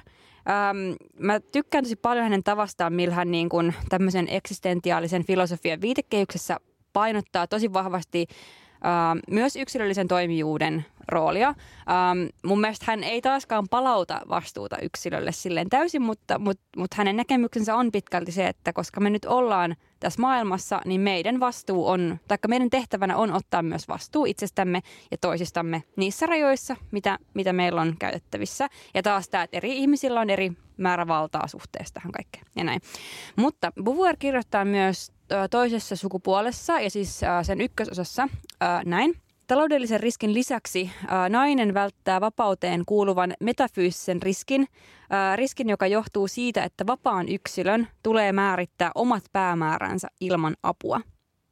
Mä tykkään tosi paljon hänen tavastaan, millä hän niin kun tämmöisen eksistentiaalisen filosofian viitekehyksessä painottaa tosi vahvasti myös yksilöllisen toimijuuden roolia. Mun mielestä hän ei taaskaan palauta vastuuta yksilölle silleen täysin, mutta hänen näkemyksensä on pitkälti se, että koska me nyt ollaan tässä maailmassa, niin meidän vastuu on, taikka meidän tehtävänä on ottaa myös vastuu itsestämme ja toisistamme niissä rajoissa, mitä meillä on käytettävissä. Ja taas tämä, että eri ihmisillä on eri määrä valtaa suhteessa tähän kaikkeen ja näin. Mutta Beauvoir kirjoittaa myös toisessa sukupuolessa ja siis sen ykkösosassa näin. Taloudellisen riskin lisäksi nainen välttää vapauteen kuuluvan metafyysisen riskin, joka johtuu siitä, että vapaan yksilön tulee määrittää omat päämääränsä ilman apua.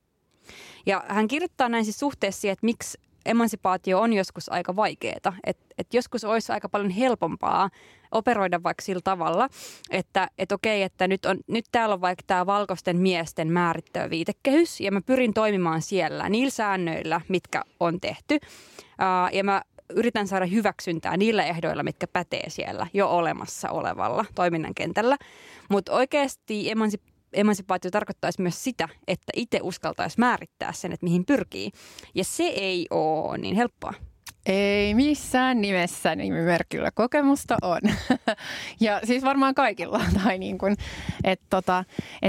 Ja hän kirjoittaa näin siis suhteessa siihen, että miksi emansipaatio on joskus aika vaikeaa. Että joskus olisi aika paljon helpompaa operoida vaikka sillä tavalla, että okei, että nyt täällä on vaikka tämä valkoisten miesten määrittävä viitekehys ja mä pyrin toimimaan siellä niillä säännöillä, mitkä on tehty. Ja mä yritän saada hyväksyntää niillä ehdoilla, mitkä pätee siellä jo olemassa olevalla toiminnan kentällä. Mutta oikeasti emansipaatio tarkoittaisi myös sitä, että itse uskaltaisi määrittää sen, että mihin pyrkii. Ja se ei ole niin helppoa. Ei missään nimessä nimimerkillä kokemusta on. Ja siis varmaan kaikilla. Tai niin kuin, että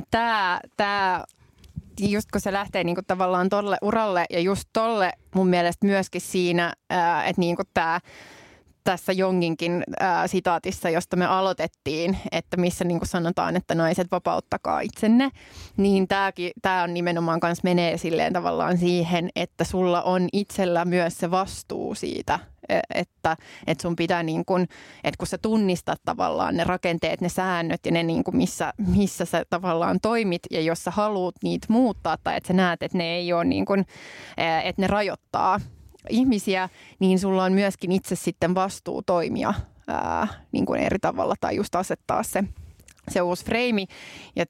tämä just kun se lähtee niin kuin tavallaan tolle uralle ja just tolle mun mielestä myöskin siinä, että niin kuin tässä Junginkin sitaatissa, josta me aloitettiin, että missä niin kuin sanotaan, että naiset vapauttakaa itsenne, niin tämä on nimenomaan kanssa menee silleen tavallaan siihen, että sulla on itsellä myös se vastuu siitä että sun pitää niin kuin, että kun sä tunnistat tavallaan ne rakenteet, ne säännöt ja ne niin kuin missä sä tavallaan toimit ja jos sä haluat niitä muuttaa tai että sä näet, että ne ei ole niin kuin, että ne rajoittaa ihmisiä, niin sulla on myöskin itse sitten vastuu toimia niin kuin eri tavalla tai just asettaa se uusi freimi. Ja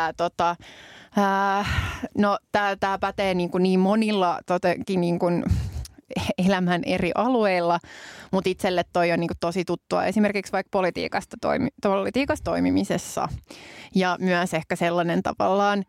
tämä pätee niin monilla niin kuin elämän eri alueilla, mutta itselle toi on niin kuin tosi tuttua esimerkiksi vaikka politiikassa toimimisessa ja myös ehkä sellainen tavallaan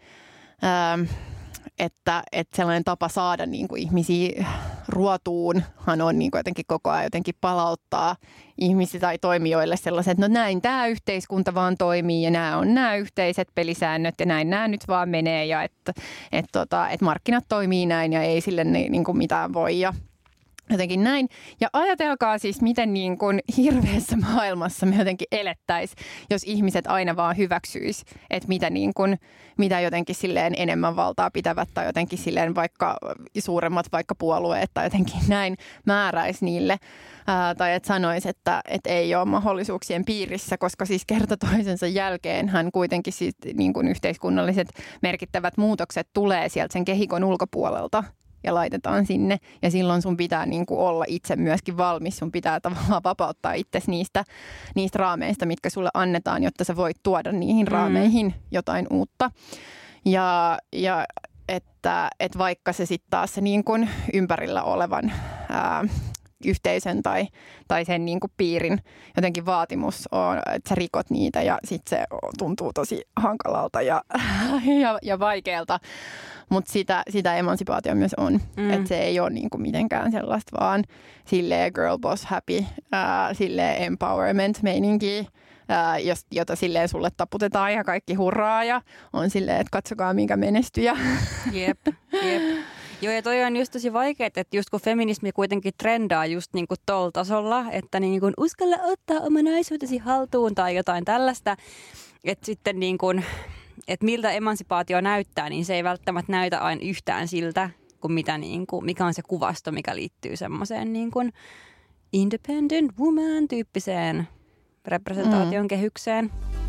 että sellainen tapa saada niin kuin ihmisiä ruotuunhan on niin kuin jotenkin koko ajan jotenkin palauttaa ihmisiä tai toimijoille sellaiset, että no näin tämä yhteiskunta vaan toimii ja nämä on nämä yhteiset pelisäännöt ja näin nämä nyt vaan menee ja että markkinat toimii näin ja ei sille niin kuin mitään voi ja jotenkin näin. Ja ajatelkaa siis, miten niin kuin hirveässä maailmassa me jotenkin elettäisiin, jos ihmiset aina vaan hyväksyisi, että mitä jotenkin silleen enemmän valtaa pitävät tai jotenkin silleen vaikka suuremmat vaikka puolueet tai jotenkin näin määräisi niille. Tai että sanoisi, että ei ole mahdollisuuksien piirissä, koska siis kerta toisensa jälkeen hän kuitenkin siis niin kuin yhteiskunnalliset merkittävät muutokset tulee sieltä sen kehikon ulkopuolelta. Ja laitetaan sinne. Ja silloin sun pitää niin kuin olla itse myöskin valmis. Sun pitää tavallaan vapauttaa itsesi niistä raameista, mitkä sulle annetaan, jotta sä voit tuoda niihin raameihin jotain uutta. Ja että vaikka se sitten taas se niin kuin ympärillä olevan yhteisön tai sen niin kuin piirin jotenkin vaatimus on, että sä rikot niitä ja sitten se tuntuu tosi hankalalta ja vaikealta. Mutta sitä emansipaatio myös on. Että se ei ole niinku mitenkään sellaista vaan silleen girl boss happy, silleen empowerment-meininkiä, jota silleen sulle taputetaan ja kaikki hurraa ja on silleen, että katsokaa minkä menestyjä. Jep. Joo, ja toi on just tosi vaikeaa, että just kun feminismi kuitenkin trendaa just niinku tolla tasolla, että niinku uskalla ottaa oma naisuutesi haltuun tai jotain tällaista, että sitten niinku että miltä emansipaatio näyttää, niin se ei välttämättä näytä aina yhtään siltä, kuin mikä on se kuvasto, mikä liittyy semmoiseen niin kuin independent woman-tyyppiseen representaation kehykseen.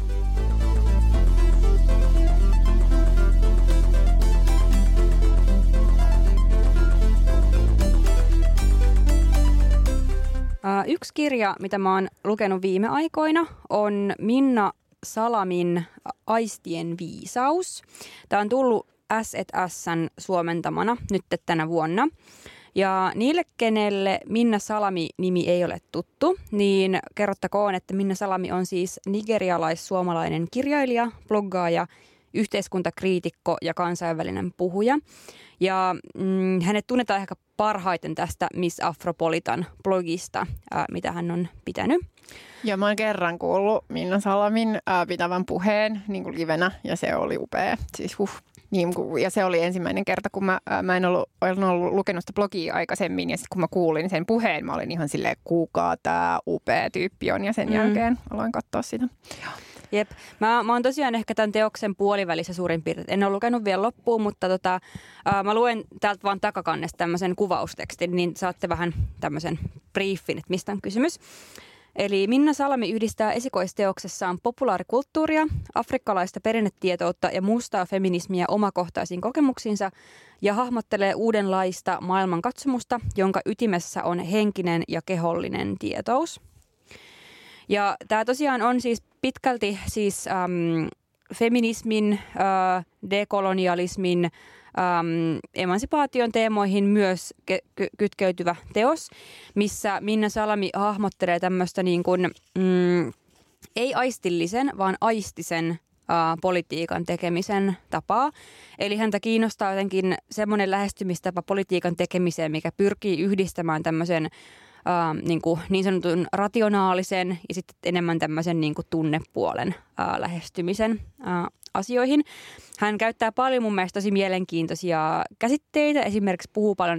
Yksi kirja, mitä mä oon lukenut viime aikoina, on Minna Salamin Aistien viisaus. Tämä on tullut S&S:n suomentamana nyt tänä vuonna. Ja niille, kenelle Minna Salami-nimi ei ole tuttu, niin kerrottakoon, että Minna Salami on siis nigerialais-suomalainen kirjailija, bloggaaja, yhteiskuntakriitikko ja kansainvälinen puhuja. Ja hänet tunnetaan ehkä parhaiten tästä Miss Afropolitan blogista, mitä hän on pitänyt. Ja mä oon kerran kuullut Minna Salamin pitävän puheen niin kuin livenä ja se oli upea. Siis ja se oli ensimmäinen kerta, kun mä en ollut lukenut sitä blogia aikaisemmin ja sitten kun mä kuulin sen puheen, mä olin ihan silleen, kuka tää upea tyyppi on ja sen jälkeen aloin katsoa sitä. Jep. Mä oon tosiaan ehkä tämän teoksen puolivälissä suurin piirtein. En ole lukenut vielä loppuun, mutta mä luen täältä vaan takakannesta tämmöisen kuvaustekstin, niin saatte vähän tämmöisen briefin, että mistä on kysymys. Eli Minna Salami yhdistää esikoisteoksessaan populaarikulttuuria, afrikkalaista perinnetietoutta ja mustaa feminismiä omakohtaisiin kokemuksiinsa ja hahmottelee uudenlaista maailmankatsomusta, jonka ytimessä on henkinen ja kehollinen tietous. Ja tämä tosiaan on siis pitkälti siis feminismin, dekolonialismin, emansipaation teemoihin myös kytkeytyvä teos, missä Minna Salami hahmottelee tämmöistä niin kuin, ei aistillisen, vaan aistisen politiikan tekemisen tapaa. Eli häntä kiinnostaa jotenkin semmoinen lähestymistapa politiikan tekemiseen, mikä pyrkii yhdistämään tämmöisen niin sanotun rationaalisen ja sitten enemmän tämmöisen niin kuin tunnepuolen lähestymisen asioihin. Hän käyttää paljon mun mielestä tosi mielenkiintoisia käsitteitä. Esimerkiksi puhuu paljon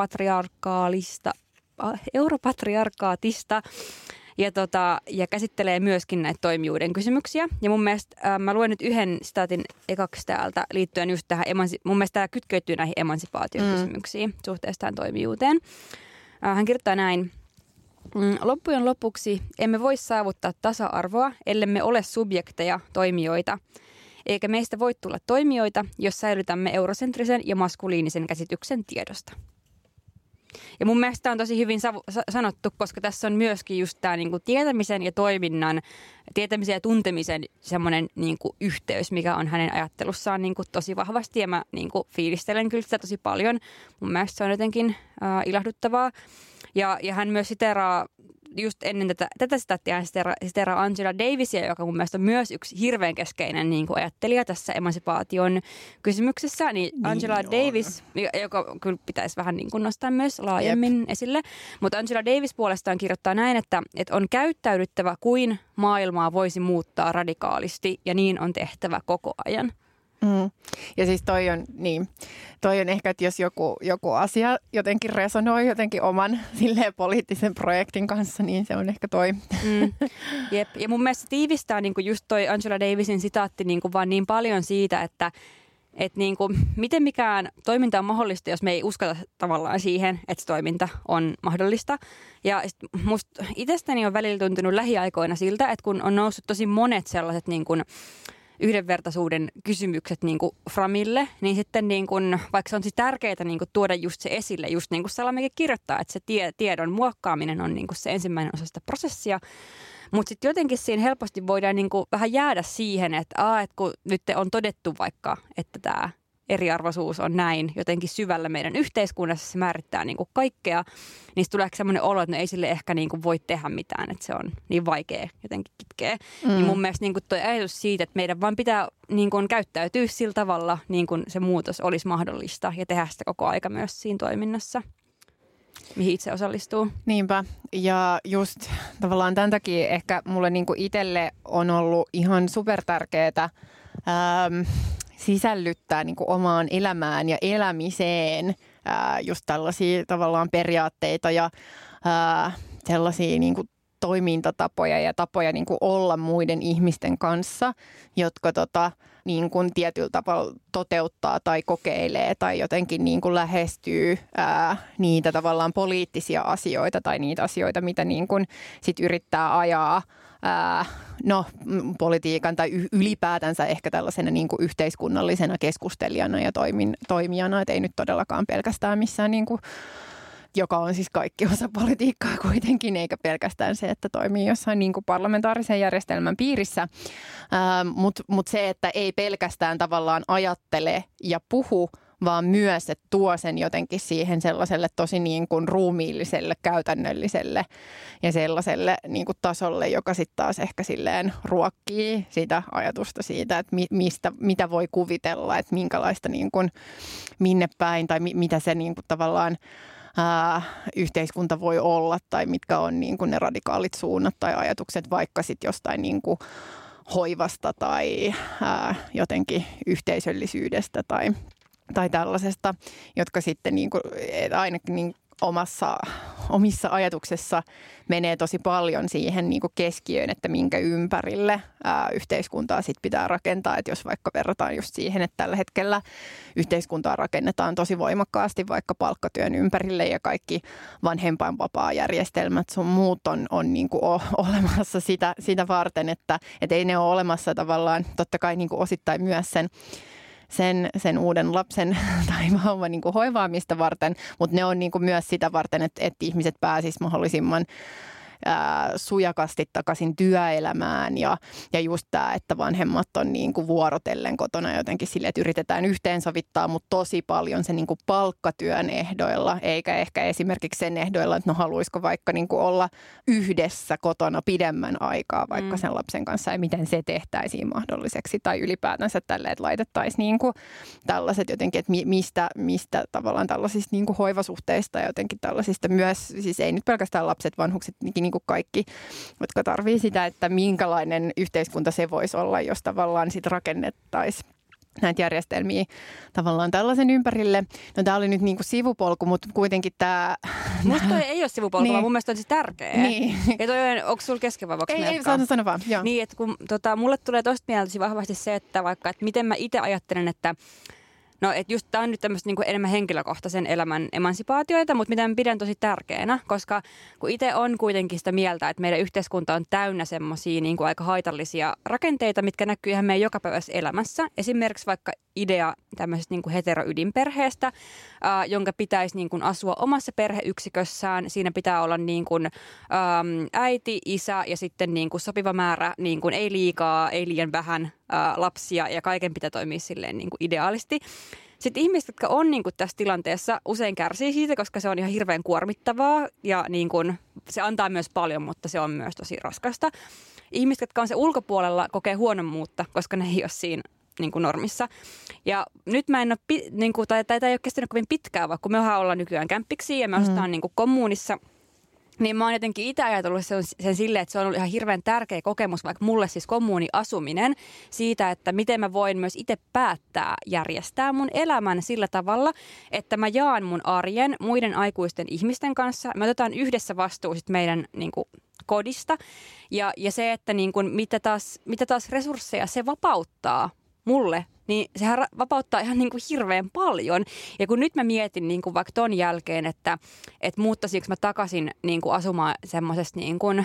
europatriarkaatista ja käsittelee myöskin näitä toimijuuden kysymyksiä. Ja mun mielestä mä luen nyt yhden sitaatin ekaksi täältä liittyen just tähän, mun mielestä tämä kytkeytyy näihin emansipaatiokysymyksiin suhteessa tähän toimijuuteen. Hän kirjoittaa näin. Loppujen lopuksi emme voi saavuttaa tasa-arvoa, ellemme ole subjekteja, toimijoita. Eikä meistä voi tulla toimijoita, jos säilytämme eurosentrisen ja maskuliinisen käsityksen tiedosta. Ja mun mielestä tämä on tosi hyvin sanottu, koska tässä on myöskin just tämä niinku tietämisen ja toiminnan, tietämisen ja tuntemisen semmoinen niinku yhteys, mikä on hänen ajattelussaan niinku tosi vahvasti. Ja mä niinku fiilistelen kyllä sitä tosi paljon. Mun mielestä se on jotenkin ilahduttavaa. Ja hän myös siteraa just ennen tätä sitaattia hän siteraa Angela Davisia, joka mun mielestä on myös yksi hirveän keskeinen niin kuin ajattelija tässä emansipaation kysymyksessä. Niin Angela Davis, joka kyllä pitäisi vähän niin kuin nostaa myös laajemmin esille. Mutta Angela Davis puolestaan kirjoittaa näin, että on käyttäydyttävä kuin maailmaa voisi muuttaa radikaalisti ja niin on tehtävä koko ajan. Ja siis toi on ehkä, että jos joku asia jotenkin resonoi jotenkin oman silleen poliittisen projektin kanssa, niin se on ehkä toi. Jep. Ja mun mielestä tiivistää niin kuin just toi Angela Davisin sitaatti niin kuin vaan niin paljon siitä, että niin kuin, miten mikään toiminta on mahdollista, jos me ei uskota tavallaan siihen, että se toiminta on mahdollista. Ja musta itsestäni on välillä tuntunut lähiaikoina siltä, että kun on noussut tosi monet sellaiset niin kuin yhdenvertaisuuden kysymykset niin kuin framille, niin sitten niin kuin, vaikka se on siis tärkeää niin kuin tuoda just se esille, just niin kuin Salamekin kirjoittaa, että se tiedon muokkaaminen on niin kuin se ensimmäinen osa sitä prosessia. Mutta sitten jotenkin siinä helposti voidaan niin kuin vähän jäädä siihen, että kun nyt on todettu vaikka, että tämä eriarvoisuus on näin jotenkin syvällä meidän yhteiskunnassa, se määrittää niin kuin kaikkea, niin tulee semmoinen olo, että no ei sille ehkä niin kuin voi tehdä mitään, että se on niin vaikea jotenkin kitkeä. Niin mun mielestä niin kuin toi ajatus siitä, että meidän vaan pitää niin kuin käyttäytyä sillä tavalla, niin kuin se muutos olisi mahdollista ja tehdä sitä koko aika myös siinä toiminnassa, mihin itse osallistuu. Niinpä. Ja just tavallaan tämän takia ehkä mulle niin kuin itselle on ollut ihan supertärkeää sisällyttää niin kuin omaan elämään ja elämiseen just tällaisia tavallaan periaatteita ja sellaisia niin kuin toimintatapoja ja tapoja niin kuin olla muiden ihmisten kanssa, jotka niin kuin tietyllä tavalla toteuttaa tai kokeilee tai jotenkin niin kuin lähestyy niitä tavallaan poliittisia asioita tai niitä asioita, mitä niin kuin sit yrittää ajaa politiikan tai ylipäätänsä ehkä tällaisena niin kuin yhteiskunnallisena keskustelijana ja toimijana, että ei nyt todellakaan pelkästään missään niin kuin, joka on siis kaikki osa politiikkaa kuitenkin, eikä pelkästään se, että toimii jossain niin kuin parlamentaarisen järjestelmän piirissä, mutta se, että ei pelkästään tavallaan ajattele ja puhu, vaan myös, että tuo sen jotenkin siihen sellaiselle tosi niin kuin ruumiilliselle, käytännölliselle ja sellaiselle niin kuin tasolle, joka sitten taas ehkä silleen ruokkii sitä ajatusta siitä, että mitä voi kuvitella, että minkälaista niin kuin minne päin tai mitä se niin kuin tavallaan yhteiskunta voi olla tai mitkä on niin kuin ne radikaalit suunnat tai ajatukset vaikka sitten jostain niin kuin hoivasta tai jotenkin yhteisöllisyydestä tai tällaisesta, jotka sitten niin kuin, ainakin niin omissa ajatuksessa menee tosi paljon siihen niin kuin keskiöön, että minkä ympärille yhteiskuntaa sit pitää rakentaa. Että jos vaikka verrataan just siihen, että tällä hetkellä yhteiskuntaa rakennetaan tosi voimakkaasti vaikka palkkatyön ympärille ja kaikki vanhempainvapaajärjestelmät sun muut on niin kuin olemassa sitä varten, että ei ne ole olemassa tavallaan totta kai niin kuin osittain myös sen uuden lapsen tai vauvan niin kuin hoivaamista varten, mutta ne on niin kuin myös sitä varten, että ihmiset pääsisivät mahdollisimman sujakasti takaisin työelämään ja just tämä, että vanhemmat on niin kuin vuorotellen kotona jotenkin sille, että yritetään yhteensovittaa, mutta tosi paljon se niin kuin palkkatyön ehdoilla, eikä ehkä esimerkiksi sen ehdoilla, että no haluaisiko vaikka niin kuin olla yhdessä kotona pidemmän aikaa vaikka sen lapsen kanssa ja miten se tehtäisiin mahdolliseksi tai ylipäätänsä tälleen, että laitettaisiin niin kuin tällaiset jotenkin, että mistä tavallaan tällaisista niin kuin hoivasuhteista ja jotenkin tällaisista myös, siis ei nyt pelkästään lapset, vanhukset, niin kuin kaikki, jotka tarvii sitä, että minkälainen yhteiskunta se voisi olla, jos tavallaan sitten rakennettaisiin näitä järjestelmiä tavallaan tällaisen ympärille. No tämä oli nyt niin kuin sivupolku, mutta kuitenkin tämä... Musta toi ei ole sivupolku, niin. Vaan mun mielestä on siis tärkeä. Niin. Ja toi onko sulla kesken vai voiko ei, sano vaan. Joo. Niin, että kun mulle tulee tosta mieltä vahvasti se, että vaikka, että miten mä itse ajattelen, että No, että just tämä on nyt tämmöistä niinku enemmän henkilökohtaisen elämän emansipaatioita, mutta mitä mä pidän tosi tärkeänä, koska kun itse on kuitenkin sitä mieltä, että meidän yhteiskunta on täynnä semmoisia niinku aika haitallisia rakenteita, mitkä näkyy ihan meidän jokapäiväisessä elämässä. Esimerkiksi vaikka idea tämmöisestä niinku heteroydinperheestä, jonka pitäisi niinku asua omassa perheyksikössään. Siinä pitää olla niinku, äiti, isä ja sitten niinku sopiva määrä, niinku ei liikaa, ei liian vähän lapsia ja kaiken pitää toimia silleen niinku ideaalisti. Sitten ihmiset, jotka on niinku tässä tilanteessa, usein kärsii siitä, koska se on ihan hirveän kuormittavaa ja niinku, se antaa myös paljon, mutta se on myös tosi raskasta. Ihmiset, jotka on se ulkopuolella, kokee huonommuutta, koska ne ei ole siinä niin kuin normissa. Ja nyt mä en ole, niin kuin, tai tämä ei ole kestänyt kovin pitkään, vaikka me ollaan nykyään kämppiksi ja me asutaan niin kuin kommunissa. Niin mä oon jotenkin itse ajatellut sen silleen, että se on ollut ihan hirveän tärkeä kokemus, vaikka mulle siis kommuuniasuminen siitä, että miten mä voin myös itse päättää järjestää mun elämän sillä tavalla, että mä jaan mun arjen muiden aikuisten ihmisten kanssa. Me otetaan yhdessä vastuu sit meidän niin kuin kodista ja se, että niin kuin, mitä taas resursseja se vapauttaa mulle, niin sehän vapauttaa ihan niin kuin hirveän paljon. Ja kun nyt mä mietin niin kuin vaikka ton jälkeen, että muuttaisinko mä takaisin niin kuin asumaan semmoisessa niin kuin,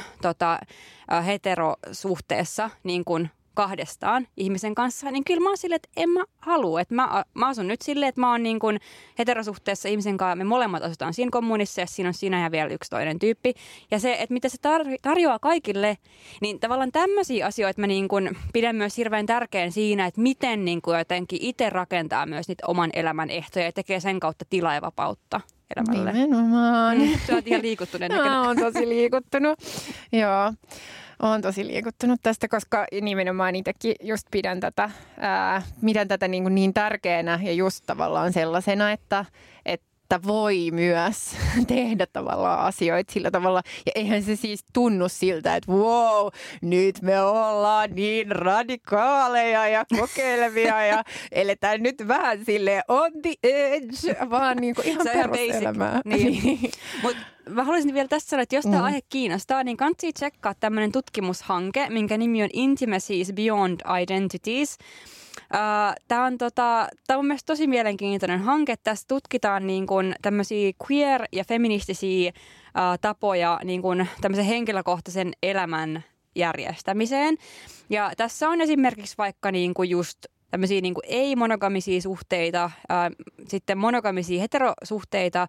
heterosuhteessa niin kuin kahdestaan ihmisen kanssa, niin kyllä mä oon silleen, että en mä halua. Että mä asun nyt silleen, että mä oon niin kuin heterosuhteessa ihmisen kanssa, me molemmat asutaan siinä kommunissa ja siinä on sinä ja vielä yksi toinen tyyppi. Ja se, että mitä se tarjoaa kaikille, niin tavallaan tämmöisiä asioita mä niin kuin pidän myös hirveän tärkeän siinä, että miten niin kuin jotenkin itse rakentaa myös niitä oman elämän ehtoja ja tekee sen kautta tilaa ja vapautta elämälle. Nimenomaan. Sä oot ihan liikuttunut. Oon tosi liikuttunut, joo. Olen tosi liikuttunut tästä, koska nimenomaan itsekin just pidän tätä niin tärkeänä ja just tavallaan sellaisena, että voi myös tehdä tavallaan asioita sillä tavalla. Ja eihän se siis tunnu siltä, että wow, nyt me ollaan niin radikaaleja ja kokeilevia ja eletään nyt vähän silleen on the edge, vaan niin kuin ihan peruselämää. Niin. Mut mä haluaisin vielä tässä sanoa, että jos tämä aihe kiinnostaa, niin kannattaa tsekkaa tämmöinen tutkimushanke, minkä nimi on Intimacies Beyond Identities. Tämä on myös tosi mielenkiintoinen hanke. Tässä tutkitaan niin kuin tämmöisiä queer- ja feministisiä tapoja niin kuin tämmöisen henkilökohtaisen elämän järjestämiseen. Ja tässä on esimerkiksi vaikka niin kuin just tämmöisiä niin kuin ei-monogamisia suhteita, sitten monogamisia heterosuhteita,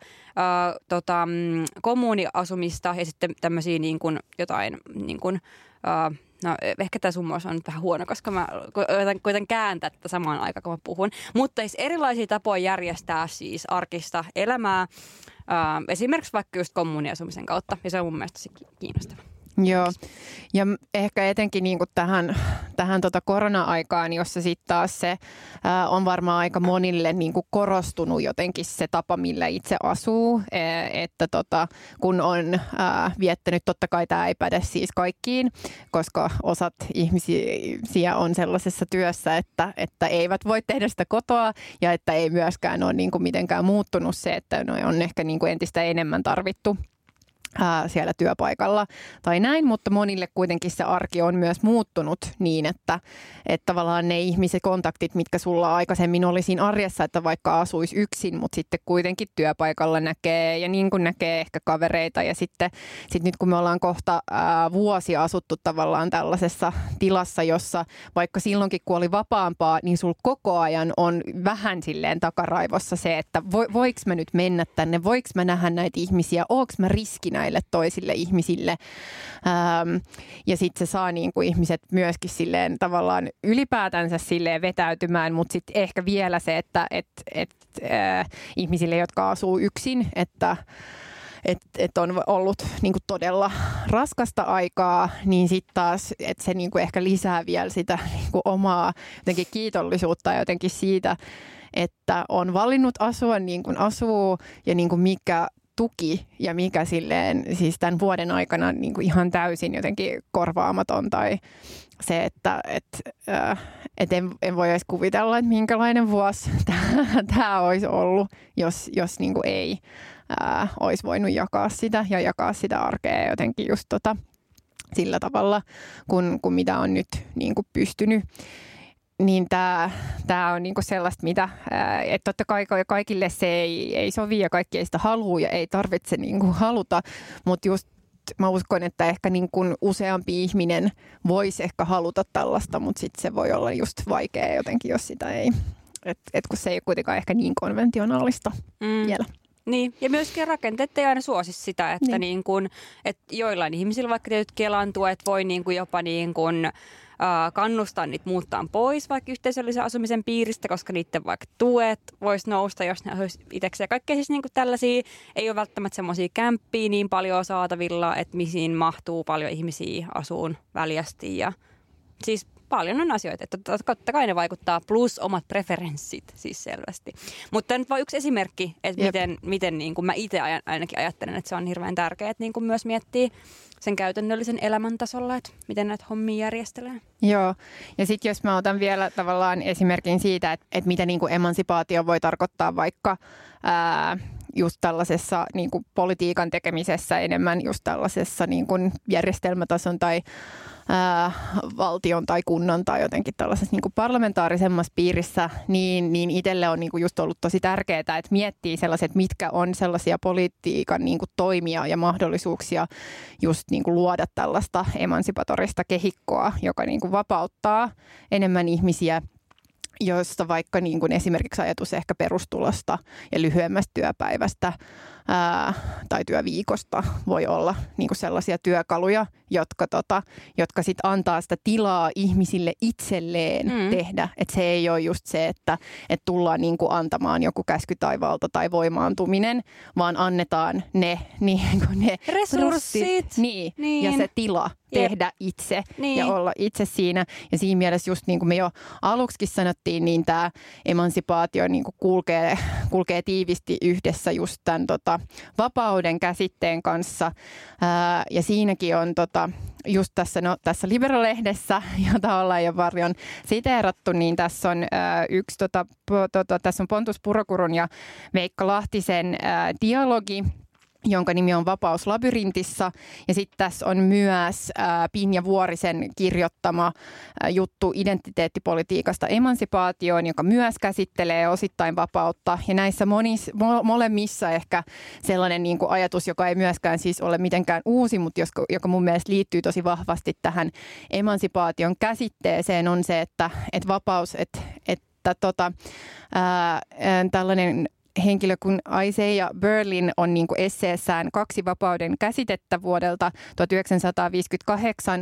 kommuuniasumista ja sitten tämmöisiä niin kuin jotain niin kuin, no ehkä tämä summaus on nyt vähän huono, koska mä koitan kääntää tätä samaan aikaan, kun mä puhun. Mutta siis erilaisia tapoja järjestää siis arkista elämää, esimerkiksi vaikka just kommuuniasumisen kautta. Ja se on mun mielestä tosi kiinnostava. Joo, ja ehkä etenkin niin kuin tähän korona-aikaan, jossa sitten taas se on varmaan aika monille niin kuin korostunut jotenkin se tapa, millä itse asuu, että kun on viettänyt, totta kai tämä ei päde siis kaikkiin, koska osat ihmisiä on sellaisessa työssä, että eivät voi tehdä sitä kotoa ja että ei myöskään ole niin kuin mitenkään muuttunut se, että on ehkä niin kuin entistä enemmän tarvittu siellä työpaikalla tai näin, mutta monille kuitenkin se arki on myös muuttunut niin, että tavallaan ne ihmiset kontaktit, mitkä sulla aikaisemmin oli siinä arjessa, että vaikka asuisi yksin, mutta sitten kuitenkin työpaikalla näkee ja niin kuin näkee ehkä kavereita ja sitten nyt kun me ollaan kohta vuosia asuttu tavallaan tällaisessa tilassa, jossa vaikka silloinkin kun oli vapaampaa, niin sulla koko ajan on vähän silleen takaraivossa se, että voiko mä nyt mennä tänne, voiko mä nähdä näitä ihmisiä, oonko mä riski näille toisille ihmisille. Ja sitten se saa niin kuin ihmiset myöskin silleen tavallaan ylipäätänsä silleen vetäytymään, mutta sitten ehkä vielä se, että ihmisille, jotka asuu yksin, että on ollut niin kuin todella raskasta aikaa, niin sitten taas, että se niin kuin ehkä lisää vielä sitä niin kuin omaa jotenkin kiitollisuutta jotenkin siitä, että on valinnut asua niin kuin asuu ja niin kuin mikä tuki ja mikä silleen siis tämän vuoden aikana niin kuin ihan täysin jotenkin korvaamaton tai se, että en voi edes kuvitella, että minkälainen vuosi tämä olisi ollut, jos niin kuin ei olisi voinut jakaa sitä arkea jotenkin just sillä tavalla, kun mitä on nyt niin kuin pystynyt. niin tämä on niinku sellaista, mitä, että totta kai kaikille se ei sovi ja kaikki ei sitä halua ja ei tarvitse niinku haluta, mutta just mä uskon, että ehkä niin kuin useampi ihminen voisi ehkä haluta tällaista, mutta sitten se voi olla just vaikea jotenkin, jos sitä ei, että kun se ei ole kuitenkaan ehkä niin konventionaalista vielä. Niin, ja myöskin rakenteet ei aina suosi sitä, että, niin kun, että joillain ihmisillä vaikka tietyt Kelan tuet voi niin kuin jopa niin kuin, kannustaa niitä muuttaa pois vaikka yhteisöllisen asumisen piiristä, koska niiden vaikka tuet vois nousta, jos ne olisi itsekseen. Kaikkea siis niin kuin tällaisia, ei ole välttämättä semmoisia kämppiä niin paljon saatavilla, että mihin mahtuu paljon ihmisiä asuun väljästi ja siis paljon on asioita, että totta kai ne vaikuttaa, plus omat preferenssit siis selvästi. Mutta tämä nyt vain yksi esimerkki, että miten niin kuin mä itse ainakin ajattelen, että se on hirveän tärkeää, että niin kuin myös miettii sen käytännöllisen elämän tasolla, että miten näitä hommia järjestelee. Joo, ja sitten jos mä otan vielä tavallaan esimerkin siitä, että mitä niin kuin emansipaatio voi tarkoittaa vaikka just tällaisessa niin kuin politiikan tekemisessä, enemmän just tällaisessa niin kuin järjestelmätason tai valtion tai kunnan tai jotenkin tällaisessa niin kuin parlamentaarisemmassa piirissä, niin itselle on niin kuin just ollut tosi tärkeää, että miettii sellaiset, mitkä on sellaisia politiikan niin kuin toimia ja mahdollisuuksia just niin kuin luoda tällaista emansipatorista kehikkoa, joka niin kuin vapauttaa enemmän ihmisiä, josta vaikka niin kuin esimerkiksi ajatus ehkä perustulosta ja lyhyemmästä työpäivästä tai työviikosta voi olla niin kuin sellaisia työkaluja, jotka sit antaa sitä tilaa ihmisille itselleen tehdä. Että se ei ole just se, että tullaan niin kuin antamaan joku käsky taivaalta tai voimaantuminen, vaan annetaan ne resurssit niin. Ja se tila tehdä itse ja olla itse siinä. Ja siinä mielessä just niin kuin me jo aluksikin sanottiin, niin tämä emansipaatio niin kuin kulkee tiivisti yhdessä just tämän vapauden käsitteen kanssa. Ja siinäkin on just tässä Libero-lehdessä, jota ollaan jo paljon siteerattu, niin tässä on tässä on Pontus Purokurun ja Veikka Lahtisen dialogi, jonka nimi on Vapaus labyrintissa. Ja sitten tässä on myös Pinja Vuorisen kirjoittama juttu identiteettipolitiikasta emansipaatioon, joka myös käsittelee osittain vapautta. Ja näissä molemmissa ehkä sellainen niin kuin ajatus, joka ei myöskään siis ole mitenkään uusi, mutta joka mun mielestä liittyy tosi vahvasti tähän emansipaation käsitteeseen, on se, että vapaus, tällainen henkilö kuin Isaiah Berlin on niin kuin esseessään Kaksi vapauden käsitettä vuodelta 1958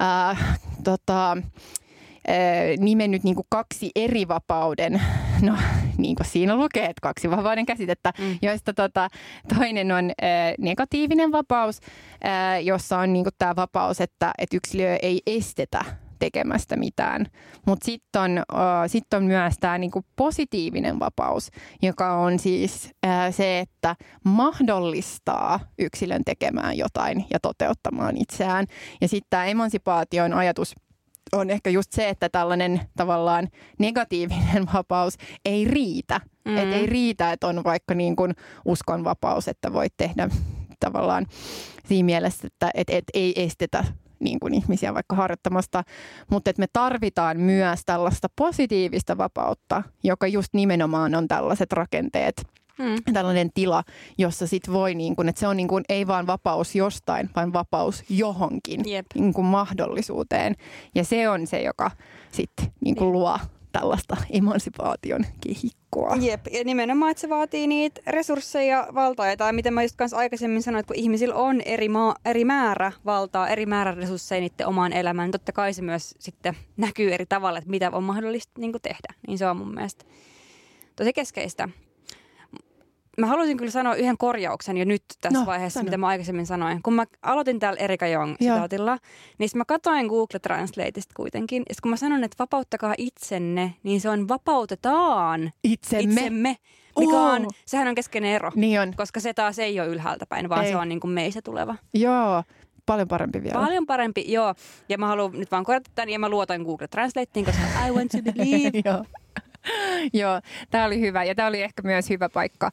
nimennyt niin kuin kaksi eri vapauden, no niin kuin siinä lukee, että kaksi vapauden käsitettä, joista toinen on negatiivinen vapaus, jossa on niin kuin tämä vapaus, että yksilöä ei estetä tekemästä mitään. Mutta sitten on myös tämä niinku positiivinen vapaus, joka on siis se, että mahdollistaa yksilön tekemään jotain ja toteuttamaan itseään. Ja sitten tämä emansipaation ajatus on ehkä just se, että tällainen tavallaan negatiivinen vapaus ei riitä. Et ei riitä, että on vaikka niin kuin uskonvapaus, että voit tehdä tavallaan siinä mielessä, että ei estetä niin kuin ihmisiä vaikka harjoittamasta, mutta että me tarvitaan myös tällaista positiivista vapautta, joka just nimenomaan on tällaiset rakenteet, tällainen tila, jossa sit voi, niin kuin, että se on niin kuin, ei vaan vapaus jostain, vaan vapaus johonkin niin kuin mahdollisuuteen. Ja se on se, joka sitten niin kuin luo tällaista emansipaation kehikkoa. Jep, ja nimenomaan, että se vaatii niitä resursseja, valtaa, tai miten mä just kanssa aikaisemmin sanoin, että kun ihmisillä on eri määrä valtaa, eri määrä resursseja niiden omaan elämään, niin totta kai se myös sitten näkyy eri tavalla, että mitä on mahdollista niin kuin tehdä. Niin se on mun mielestä tosi keskeistä. Mä haluaisin kyllä sanoa yhden korjauksen jo nyt tässä vaiheessa, mitä mä aikaisemmin sanoin. Kun mä aloitin täällä Erika Jong-sitaatilla, niin mä katsoin Google Translateista kuitenkin. Ja kun mä sanon, että vapauttakaa itsenne, niin se on vapautetaan itsemme. Mikä on, sehän on keskeinen ero, niin on. Koska se taas ei ole ylhäältä päin, vaan se on niin kuin meistä tuleva. Joo. Paljon parempi vielä. Paljon parempi, joo. Ja mä haluan nyt vaan korjata tämän, ja mä luotan Google Translateen, koska I want to believe. Joo. Joo, tämä oli hyvä ja tämä oli ehkä myös hyvä paikka